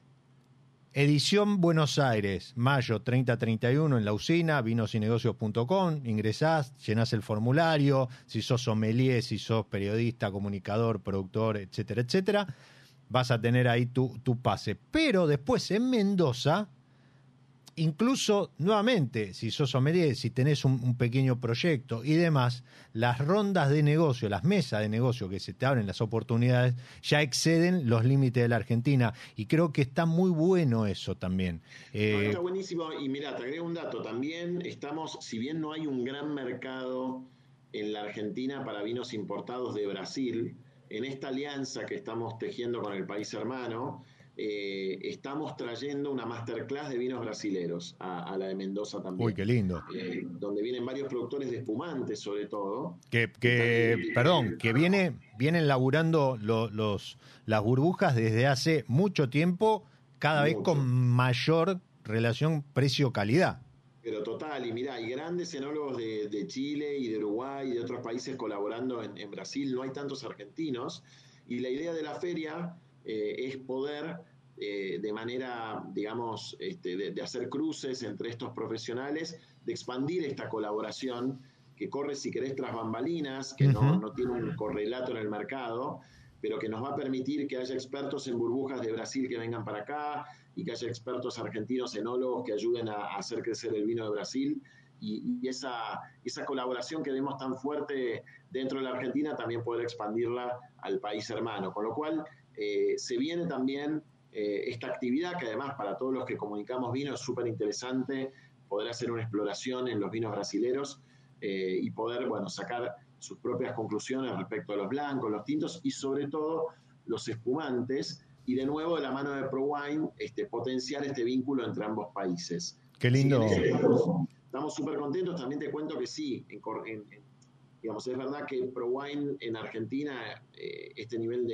[SPEAKER 3] Edición Buenos Aires, mayo 30-31 en la usina, vinosinegocios.com, ingresás, llenás el formulario, si sos sommelier, si sos periodista, comunicador, productor, etcétera, etcétera, vas a tener ahí tu pase. Pero después en Mendoza, incluso nuevamente, si sos sommelier, si tenés un pequeño proyecto y demás, las rondas de negocio, las mesas de negocio que se te abren, las oportunidades, ya exceden los límites de la Argentina. Y creo que está muy bueno eso también.
[SPEAKER 5] No, está buenísimo. Y mira, te agrego un dato. También estamos, si bien no hay un gran mercado en la Argentina para vinos importados de Brasil, en esta alianza que estamos tejiendo con el país hermano, estamos trayendo una masterclass de vinos brasileros a la de Mendoza también.
[SPEAKER 3] Uy, qué lindo.
[SPEAKER 5] Donde vienen varios productores de espumantes, sobre todo.
[SPEAKER 3] Que vienen laburando las burbujas desde hace mucho tiempo, cada vez con mayor relación precio-calidad.
[SPEAKER 5] Pero total, y mirá, hay grandes enólogos de Chile y de Uruguay y de otros países colaborando en Brasil, no hay tantos argentinos, y la idea de la feria es poder, de manera, digamos, de hacer cruces entre estos profesionales, de expandir esta colaboración que corre, si querés, tras bambalinas, que no tiene un correlato en el mercado, pero que nos va a permitir que haya expertos en burbujas de Brasil que vengan para acá y que haya expertos argentinos enólogos que ayuden a hacer crecer el vino de Brasil. Y esa colaboración que vemos tan fuerte dentro de la Argentina también poder expandirla al país hermano. Con lo cual, se viene también esta actividad que además para todos los que comunicamos vino es súper interesante poder hacer una exploración en los vinos brasileros y poder, bueno, sacar sus propias conclusiones respecto a los blancos, los tintos y sobre todo los espumantes, y de nuevo de la mano de ProWine potenciar este vínculo entre ambos países.
[SPEAKER 3] Qué lindo.
[SPEAKER 5] Estamos súper contentos. También te cuento que sí, digamos, es verdad que ProWine en Argentina, este nivel de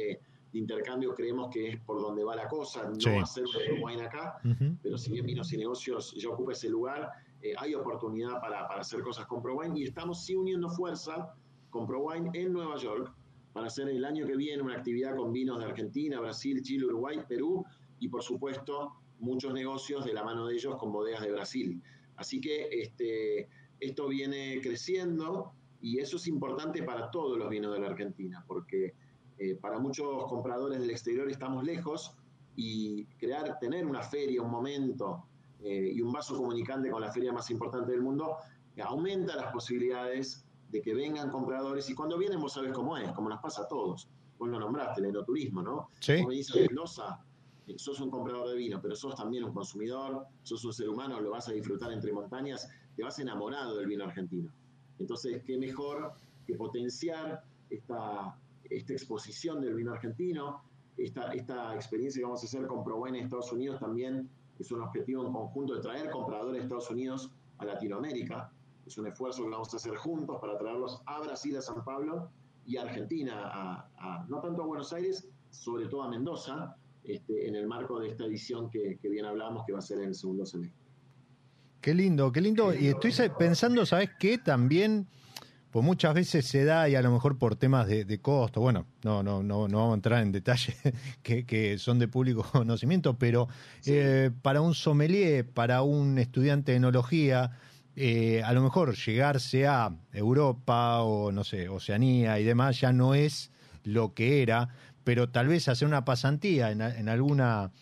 [SPEAKER 5] intercambio creemos que es por donde va la cosa,
[SPEAKER 3] Sí.
[SPEAKER 5] no hacer un ProWine acá, pero si bien Vinos y Negocios ya ocupa ese lugar, hay oportunidad para hacer cosas con ProWine y estamos sí uniendo fuerza con ProWine en Nueva York para hacer el año que viene una actividad con vinos de Argentina, Brasil, Chile, Uruguay, Perú y por supuesto muchos negocios de la mano de ellos con bodegas de Brasil. Así que esto viene creciendo y eso es importante para todos los vinos de la Argentina, porque para muchos compradores del exterior estamos lejos y tener una feria, un momento y un vaso comunicante con la feria más importante del mundo aumenta las posibilidades de que vengan compradores y cuando vienen vos sabés cómo es, como nos pasa a todos. Vos lo nombraste, el enoturismo, ¿no?
[SPEAKER 3] Sí.
[SPEAKER 5] Vos venís a Mendoza, sos un comprador de vino, pero sos también un consumidor, sos un ser humano, lo vas a disfrutar entre montañas, te vas enamorado del vino argentino. Entonces, qué mejor que potenciar esta exposición del vino argentino, esta experiencia que vamos a hacer con ProWine en Estados Unidos también es un objetivo en conjunto de traer compradores de Estados Unidos a Latinoamérica. Es un esfuerzo que vamos a hacer juntos para traerlos a Brasil, a San Pablo y a Argentina, no tanto a Buenos Aires, sobre todo a Mendoza, en el marco de esta edición que bien hablábamos que va a ser en el segundo semestre.
[SPEAKER 3] Qué lindo, qué lindo. Y estoy pensando, ¿sabes qué? También, pues muchas veces se da, y a lo mejor por temas de costo, bueno, no vamos a entrar en detalles que son de público conocimiento, pero sí. Para un sommelier, para un estudiante de enología, a lo mejor llegarse a Europa o, no sé, Oceanía y demás ya no es lo que era, pero tal vez hacer una pasantía en alguna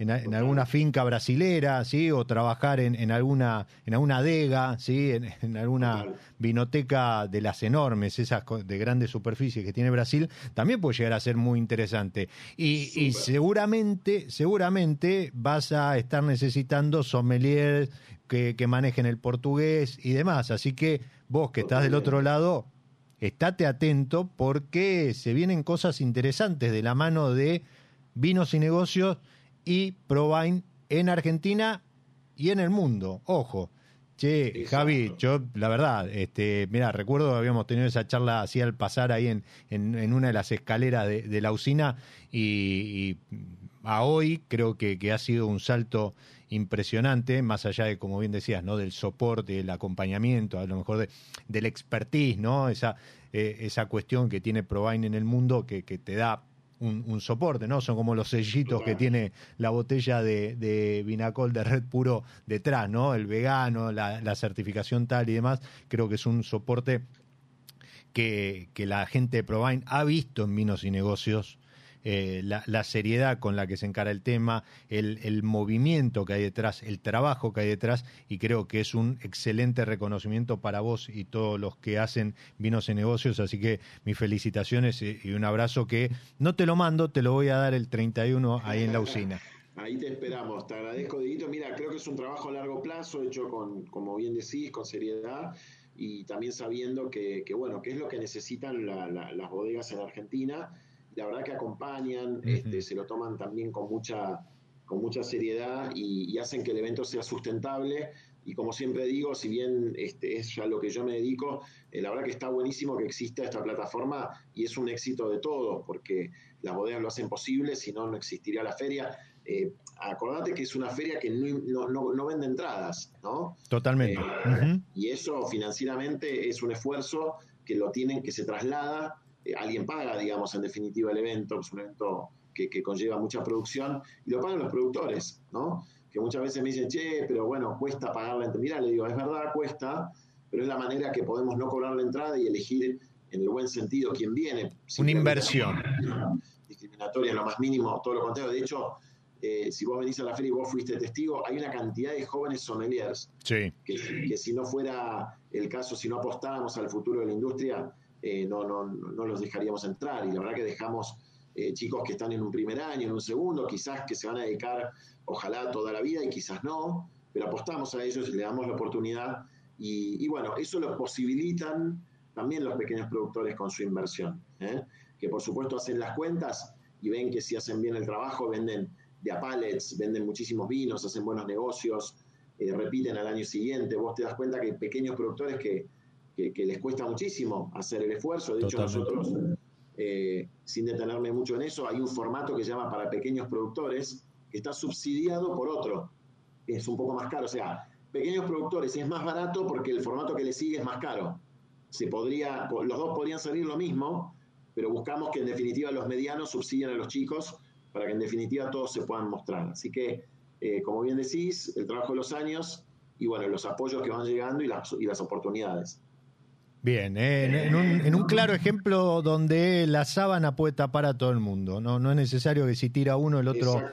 [SPEAKER 3] finca brasilera, ¿sí? O trabajar en alguna adega, ¿sí? En alguna vinoteca de las enormes, esas de grandes superficies que tiene Brasil, también puede llegar a ser muy interesante. Y seguramente vas a estar necesitando sommeliers que manejen el portugués y demás. Así que vos que estás del otro lado, estate atento porque se vienen cosas interesantes de la mano de Vinos y Negocios y ProWine en Argentina y en el mundo. Ojo. Che, exacto. Javi, yo la verdad, mira, recuerdo que habíamos tenido esa charla así al pasar ahí en una de las escaleras de la usina y a hoy creo que ha sido un salto impresionante, más allá de, como bien decías, ¿no? Del soporte, del acompañamiento, a lo mejor del expertise, ¿no? Esa cuestión que tiene ProWine en el mundo que te da un soporte, ¿no? Son como los sellitos que tiene la botella de Vinacol de Red Puro detrás, ¿no? El vegano, la certificación tal y demás. Creo que es un soporte que la gente de ProWine ha visto en Vinos y Negocios, la seriedad con la que se encara el tema, el movimiento que hay detrás, el trabajo que hay detrás, y creo que es un excelente reconocimiento para vos y todos los que hacen Vinos y Negocios, así que mis felicitaciones y un abrazo que no te lo mando, te lo voy a dar el 31 ahí en la usina.
[SPEAKER 5] Ahí te esperamos, te agradezco, Dieguito. Mira, creo que es un trabajo a largo plazo, hecho como bien decís, con seriedad y también sabiendo que bueno, qué es lo que necesitan las bodegas en Argentina. La verdad que acompañan, se lo toman también con mucha seriedad y hacen que el evento sea sustentable. Y como siempre digo, si bien es ya lo que yo me dedico, la verdad que está buenísimo que exista esta plataforma y es un éxito de todos, porque las bodegas lo hacen posible, si no, no existiría la feria. Acordate que es una feria que no vende entradas, ¿no?
[SPEAKER 3] Totalmente.
[SPEAKER 5] Y eso financieramente es un esfuerzo que se traslada. Alguien paga, digamos, en definitiva el evento, es un evento que conlleva mucha producción, y lo pagan los productores, ¿no? Que muchas veces me dicen, che, pero bueno, cuesta pagar la entrada. Mirá, le digo, es verdad, cuesta, pero es la manera que podemos no cobrar la entrada y elegir en el buen sentido quién viene.
[SPEAKER 3] Una inversión.
[SPEAKER 5] Discriminatoria, lo más mínimo, todo lo contrario. De hecho, si vos venís a la feria y vos fuiste testigo, hay una cantidad de jóvenes sommeliers que si no fuera el caso, si no apostáramos al futuro de la industria, no los dejaríamos entrar, y la verdad que dejamos chicos que están en un primer año, en un segundo, quizás que se van a dedicar ojalá toda la vida y quizás no, pero apostamos a ellos y le damos la oportunidad y bueno, eso lo posibilitan también los pequeños productores con su inversión, que por supuesto hacen las cuentas y ven que si hacen bien el trabajo venden de a pallets, venden muchísimos vinos, hacen buenos negocios, repiten al año siguiente. Vos te das cuenta que hay pequeños productores que les cuesta muchísimo hacer el esfuerzo. De hecho, nosotros sin detenerme mucho en eso, hay un formato que se llama para pequeños productores, que está subsidiado por otro, que es un poco más caro. O sea, pequeños productores es más barato porque el formato que le sigue es más caro. Los dos podrían salir lo mismo, pero buscamos que en definitiva los medianos subsidien a los chicos para que en definitiva todos se puedan mostrar. Así que, como bien decís, el trabajo de los años y bueno, los apoyos que van llegando y las oportunidades.
[SPEAKER 3] Bien, en un claro ejemplo donde la sábana puede tapar a todo el mundo. No es necesario que si tira uno el otro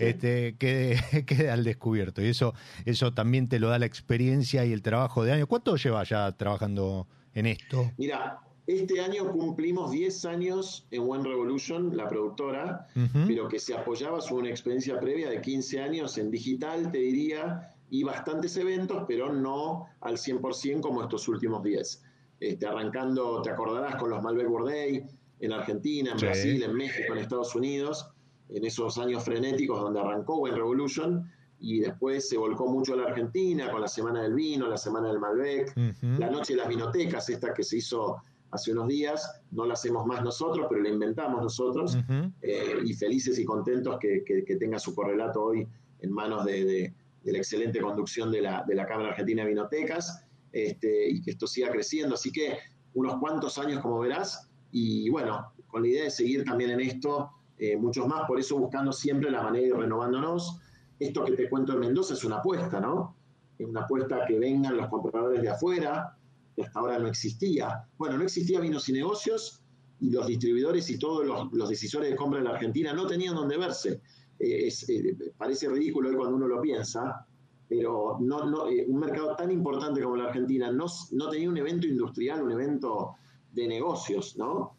[SPEAKER 3] quede al descubierto. Y eso también te lo da la experiencia y el trabajo de años. ¿Cuánto llevas ya trabajando en esto?
[SPEAKER 5] Mira, este año cumplimos 10 años en One Revolution, la productora, pero que se apoyaba sobre una experiencia previa de 15 años en digital, te diría, y bastantes eventos, pero no al 100% como estos últimos 10. Arrancando, te acordarás, con los Malbec Birthday en Argentina, en Brasil, en México, en Estados Unidos, en esos años frenéticos donde arrancó Wine Revolution, y después se volcó mucho a la Argentina con la Semana del Vino, la Semana del Malbec, la Noche de las Vinotecas, esta que se hizo hace unos días, no la hacemos más nosotros, pero la inventamos nosotros, y felices y contentos que tenga su correlato hoy en manos de la excelente conducción de la Cámara Argentina de Vinotecas, y que esto siga creciendo. Así que unos cuantos años, como verás, y bueno, con la idea de seguir también en esto muchos más, por eso buscando siempre la manera de ir renovándonos. Esto que te cuento de Mendoza es una apuesta, ¿no? Es una apuesta que vengan los compradores de afuera, que hasta ahora no existía. Bueno, no existía Vinos y Negocios, y los distribuidores y todos los decisores de compra en la Argentina no tenían dónde verse. Parece ridículo hoy cuando uno lo piensa, pero un mercado tan importante como la Argentina no tenía un evento industrial, un evento de negocios, ¿no?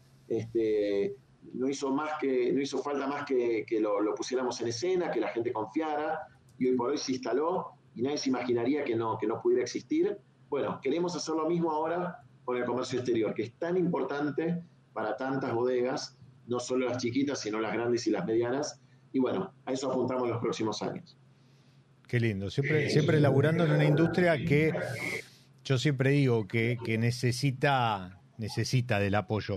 [SPEAKER 5] No hizo falta más que lo pusiéramos en escena, que la gente confiara, y hoy por hoy se instaló, y nadie se imaginaría que no pudiera existir. Bueno, queremos hacer lo mismo ahora con el comercio exterior, que es tan importante para tantas bodegas, no solo las chiquitas, sino las grandes y las medianas, y bueno, a eso apuntamos en los próximos años.
[SPEAKER 3] Qué lindo, siempre laburando en una industria que yo siempre digo que necesita del apoyo.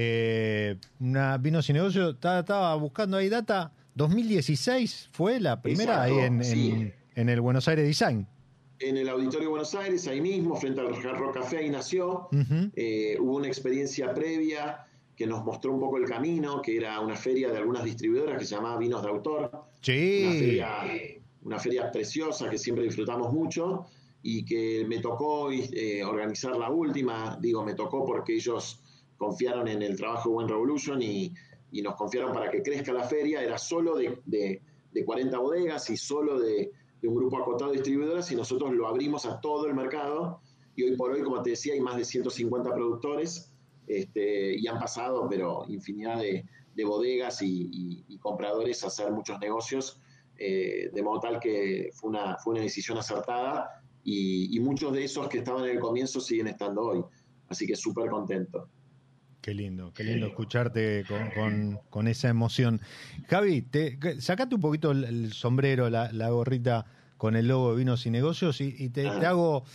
[SPEAKER 3] Vinos y Negocios, estaba buscando ahí data, 2016 fue la primera. Exacto, ahí en el Buenos Aires Design.
[SPEAKER 5] En el Auditorio de Buenos Aires, ahí mismo, frente al Hard Rock Café, ahí nació. Hubo una experiencia previa que nos mostró un poco el camino, que era una feria de algunas distribuidoras que se llamaba Vinos de Autor.
[SPEAKER 3] Sí.
[SPEAKER 5] Una feria preciosa que siempre disfrutamos mucho, y que me tocó organizar la última. Digo, me tocó porque ellos confiaron en el trabajo de Wine Revolution y nos confiaron para que crezca la feria. Era solo de 40 bodegas y solo de un grupo acotado de distribuidoras, y nosotros lo abrimos a todo el mercado, y hoy por hoy, como te decía, hay más de 150 productores, y han pasado, pero infinidad de bodegas y compradores a hacer muchos negocios, de modo tal que fue una decisión acertada, y muchos de esos que estaban en el comienzo siguen estando hoy. Así que súper contento.
[SPEAKER 3] Qué lindo escucharte con esa emoción. Javi, sacate un poquito el sombrero, la gorrita con el logo de Vinos y Negocios, y te hago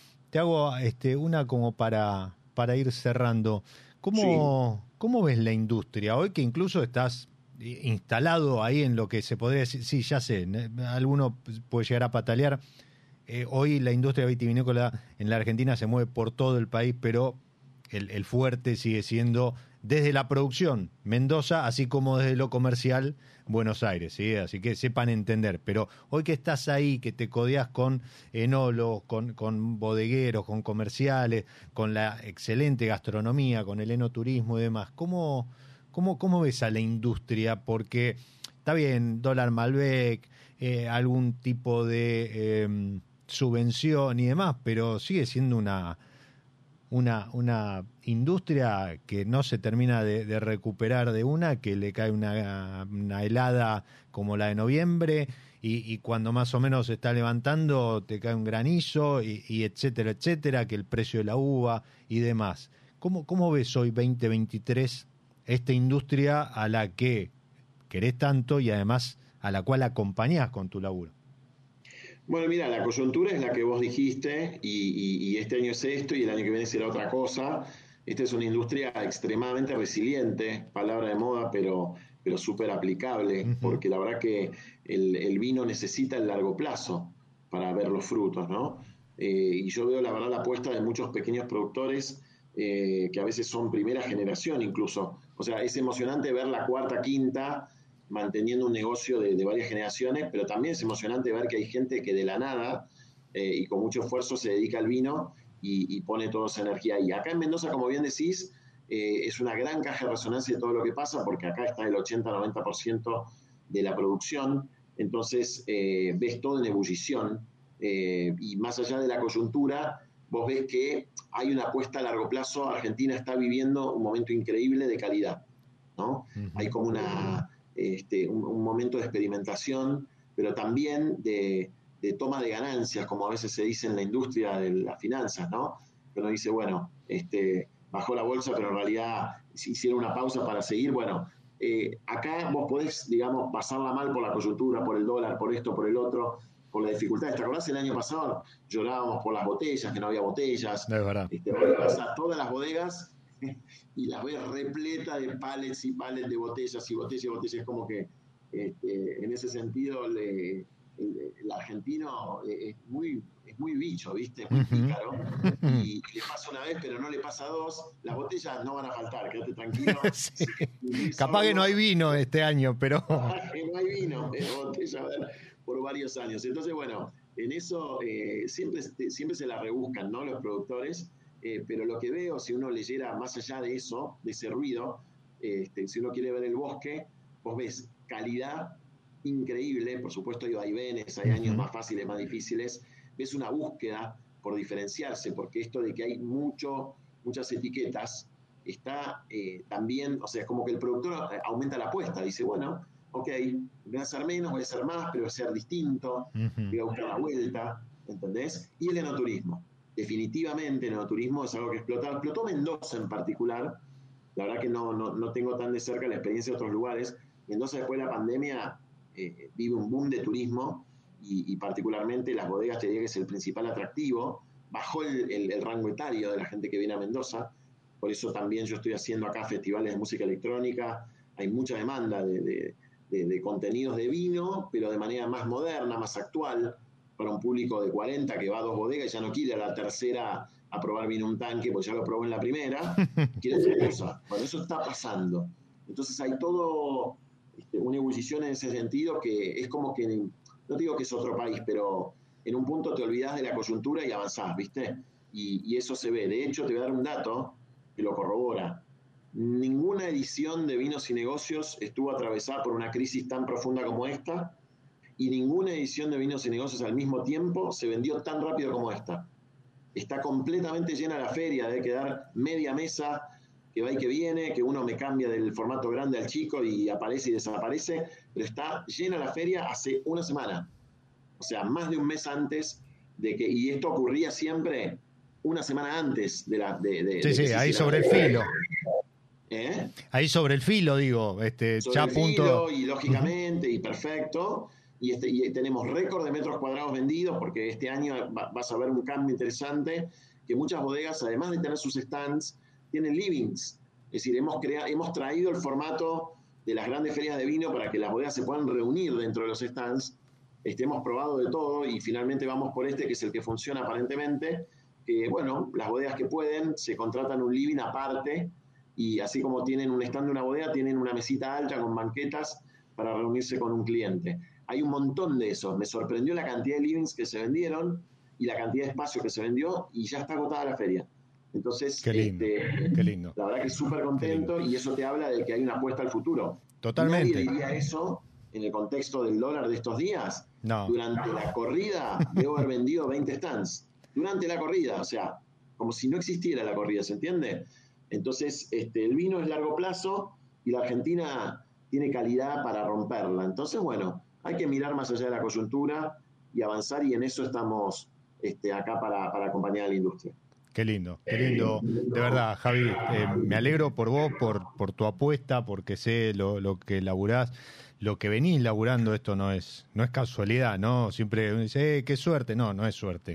[SPEAKER 3] una como para ir cerrando. ¿Cómo ves la industria hoy, que incluso estás instalado ahí en lo que se podría decir? Sí, ya sé, alguno puede llegar a patalear. Hoy la industria vitivinícola en la Argentina se mueve por todo el país, pero el fuerte sigue siendo desde la producción Mendoza, así como desde lo comercial Buenos Aires, ¿sí? Así que sepan entender. Pero hoy que estás ahí, que te codeas con enólogos, con bodegueros, con comerciales, con la excelente gastronomía, con el enoturismo y demás, ¿cómo ves a la industria? Porque está bien, dólar Malbec, algún tipo de subvención y demás, pero sigue siendo una industria que no se termina de recuperar de que le cae una helada como la de noviembre, y cuando más o menos se está levantando te cae un granizo, y etcétera, etcétera, que el precio de la uva y demás. ¿Cómo ves hoy 2023 esta industria a la que querés tanto y además a la cual acompañás con tu laburo?
[SPEAKER 5] Bueno, mira, la coyuntura es la que vos dijiste, y este año es esto, y el año que viene será otra cosa. esta es una industria extremadamente resiliente, palabra de moda, pero súper aplicable, porque la verdad que el vino necesita el largo plazo para ver los frutos, ¿no? Y yo veo la verdad la apuesta de muchos pequeños productores que a veces son primera generación incluso. O sea, es emocionante ver la cuarta, quinta manteniendo un negocio de varias generaciones, pero también es emocionante ver que hay gente que de la nada y con mucho esfuerzo se dedica al vino y pone toda esa energía ahí. Acá en Mendoza, como bien decís, es una gran caja de resonancia de todo lo que pasa, porque acá está el 80-90% de la producción, entonces ves todo en ebullición, y más allá de la coyuntura, vos ves que hay una apuesta a largo plazo. Argentina está viviendo un momento increíble de calidad, ¿no? Hay como un momento de experimentación, pero también de toma de ganancias, como a veces se dice en la industria de las finanzas, ¿no? Que uno dice, bueno, bajó la bolsa, pero en realidad hicieron una pausa para seguir. Bueno, acá vos podés, digamos, pasarla mal por la coyuntura, por el dólar, por esto, por el otro, por las dificultades. ¿Te acordás el año pasado? Llorábamos por las botellas, que no había botellas.
[SPEAKER 3] Es verdad.
[SPEAKER 5] Pasás todas las bodegas y las ves repletas de pallets y pallets de botellas y botellas y botellas. Es como que en ese sentido el argentino es muy bicho, ¿viste? Muy pícaro. Y le pasa una vez, pero no le pasa dos. Las botellas no van a faltar, quédate tranquilo.
[SPEAKER 3] Sí. Capaz que no hay vino este año, pero...
[SPEAKER 5] Capaz que no hay vino, pero botella a ver, por varios años. Entonces, bueno, en eso siempre se la rebuscan, ¿no? Los productores. Pero lo que veo, si uno leyera más allá de eso, de ese ruido, si uno quiere ver el bosque, vos ves calidad increíble. Por supuesto hay vaivenes, hay años más fáciles, más difíciles. Ves una búsqueda por diferenciarse, porque esto de que hay muchas etiquetas está también, o sea, es como que el productor aumenta la apuesta, dice, bueno, ok, voy a hacer menos, voy a hacer más, pero voy a ser distinto, voy a buscar la vuelta, ¿entendés? Y el enoturismo. Definitivamente el enoturismo es algo que explotó Mendoza en particular. La verdad que no tengo tan de cerca la experiencia de otros lugares. Mendoza, después de la pandemia, vive un boom de turismo y particularmente las bodegas, te diría que es el principal atractivo. Bajó el rango etario de la gente que viene a Mendoza, por eso también yo estoy haciendo acá festivales de música electrónica. Hay mucha demanda de contenidos de vino, pero de manera más moderna, más actual, para un público de 40 que va a 2 bodegas y ya no quiere a la tercera a probar vino un tanque, porque ya lo probó en la primera, quiere otra cosa. Bueno, eso está pasando. Entonces hay todo una ebullición en ese sentido, que es como que, no digo que es otro país, pero en un punto te olvidás de la coyuntura y avanzás, ¿viste? Y eso se ve. De hecho, te voy a dar un dato que lo corrobora. Ninguna edición de Vinos y Negocios estuvo atravesada por una crisis tan profunda como esta, y ninguna edición de Vinos y Negocios al mismo tiempo se vendió tan rápido como esta. Está completamente llena la feria, debe quedar media mesa, que va y que viene, que uno me cambia del formato grande al chico y aparece y desaparece, pero está llena la feria hace una semana. O sea, más de un mes antes de que, y esto ocurría siempre una semana antes de la...
[SPEAKER 3] Sí, ahí sobre el filo.
[SPEAKER 5] ¿Eh?
[SPEAKER 3] Ahí sobre el filo, digo,
[SPEAKER 5] sobre
[SPEAKER 3] ya
[SPEAKER 5] el
[SPEAKER 3] punto.
[SPEAKER 5] filo, y lógicamente, y perfecto. Y tenemos récord de metros cuadrados vendidos, porque este año vas a ver un cambio interesante, que muchas bodegas, además de tener sus stands, tienen livings. Es decir, hemos traído el formato de las grandes ferias de vino para que las bodegas se puedan reunir dentro de los stands. Hemos probado de todo y finalmente vamos por que es el que funciona aparentemente. Bueno, las bodegas que pueden se contratan un living aparte, y así como tienen un stand de una bodega, tienen una mesita alta con banquetas para reunirse con un cliente. Hay un montón de esos. Me sorprendió la cantidad de livings que se vendieron y la cantidad de espacio que se vendió, y ya está agotada la feria. Entonces,
[SPEAKER 3] qué lindo.
[SPEAKER 5] La verdad que súper contento, y eso te habla de que hay una apuesta al futuro.
[SPEAKER 3] Totalmente.
[SPEAKER 5] Nadie diría eso en el contexto del dólar de estos días.
[SPEAKER 3] No.
[SPEAKER 5] Durante la corrida debo haber vendido 20 stands. Durante la corrida, o sea, como si no existiera la corrida, ¿se entiende? Entonces, el vino es largo plazo y la Argentina tiene calidad para romperla. Entonces, bueno, hay que mirar más allá de la coyuntura y avanzar, y en eso estamos acá para acompañar a la industria.
[SPEAKER 3] Qué lindo, de verdad, Javi. Me alegro por vos, por tu apuesta, porque sé lo que laburás, lo que venís laburando. Esto no es casualidad, ¿no? Siempre uno dice, qué suerte. No es suerte.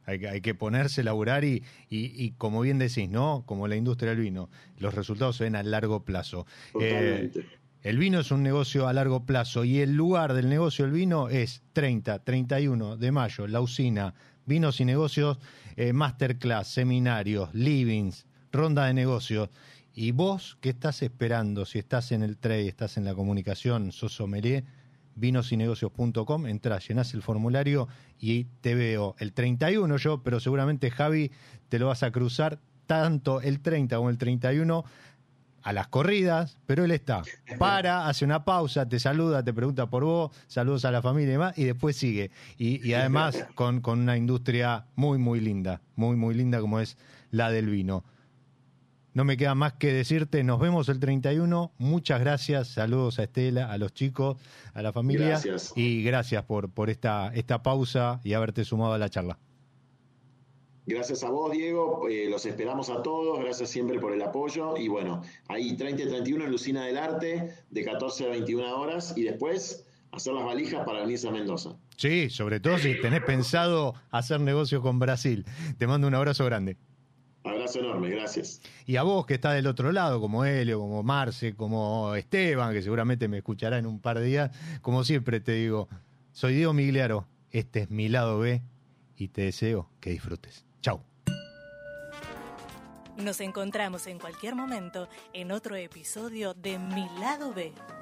[SPEAKER 3] Hay que ponerse a laburar y como bien decís, ¿no? Como la industria del vino, los resultados se ven a largo plazo.
[SPEAKER 5] Totalmente.
[SPEAKER 3] El vino es un negocio a largo plazo y el lugar del negocio del vino es 30, 31 de mayo, La Usina, Vinos y Negocios, masterclass, seminarios, livings, ronda de negocios. Y vos, ¿qué estás esperando? Si estás en el trade, estás en la comunicación, sos sommelier, vinosinegocios.com, entrás, llenás el formulario y te veo el 31 yo, pero seguramente Javi te lo vas a cruzar tanto el 30 como el 31 a las corridas, pero él está, hace una pausa, te saluda, te pregunta por vos, saludos a la familia y demás, y después sigue. Y además con una industria muy, muy linda como es la del vino. No me queda más que decirte, nos vemos el 31, muchas gracias, saludos a Estela, a los chicos, a la familia.
[SPEAKER 5] Gracias.
[SPEAKER 3] Y gracias por esta pausa y haberte sumado a la charla.
[SPEAKER 5] Gracias a vos, Diego, los esperamos a todos, gracias siempre por el apoyo y bueno, ahí 30 y 31 en Lucina del Arte, de 14 a 21 horas y después hacer las valijas para venirse a Mendoza.
[SPEAKER 3] Sí, sobre todo si tenés pensado hacer negocio con Brasil. Te mando un abrazo grande.
[SPEAKER 5] Abrazo enorme, gracias.
[SPEAKER 3] Y a vos que estás del otro lado, como Helio, como Marce, como Esteban, que seguramente me escuchará en un par de días, como siempre te digo, soy Diego Migliaro, este es mi lado B y te deseo que disfrutes. Chau.
[SPEAKER 2] Nos encontramos en cualquier momento en otro episodio de Mi Lado B.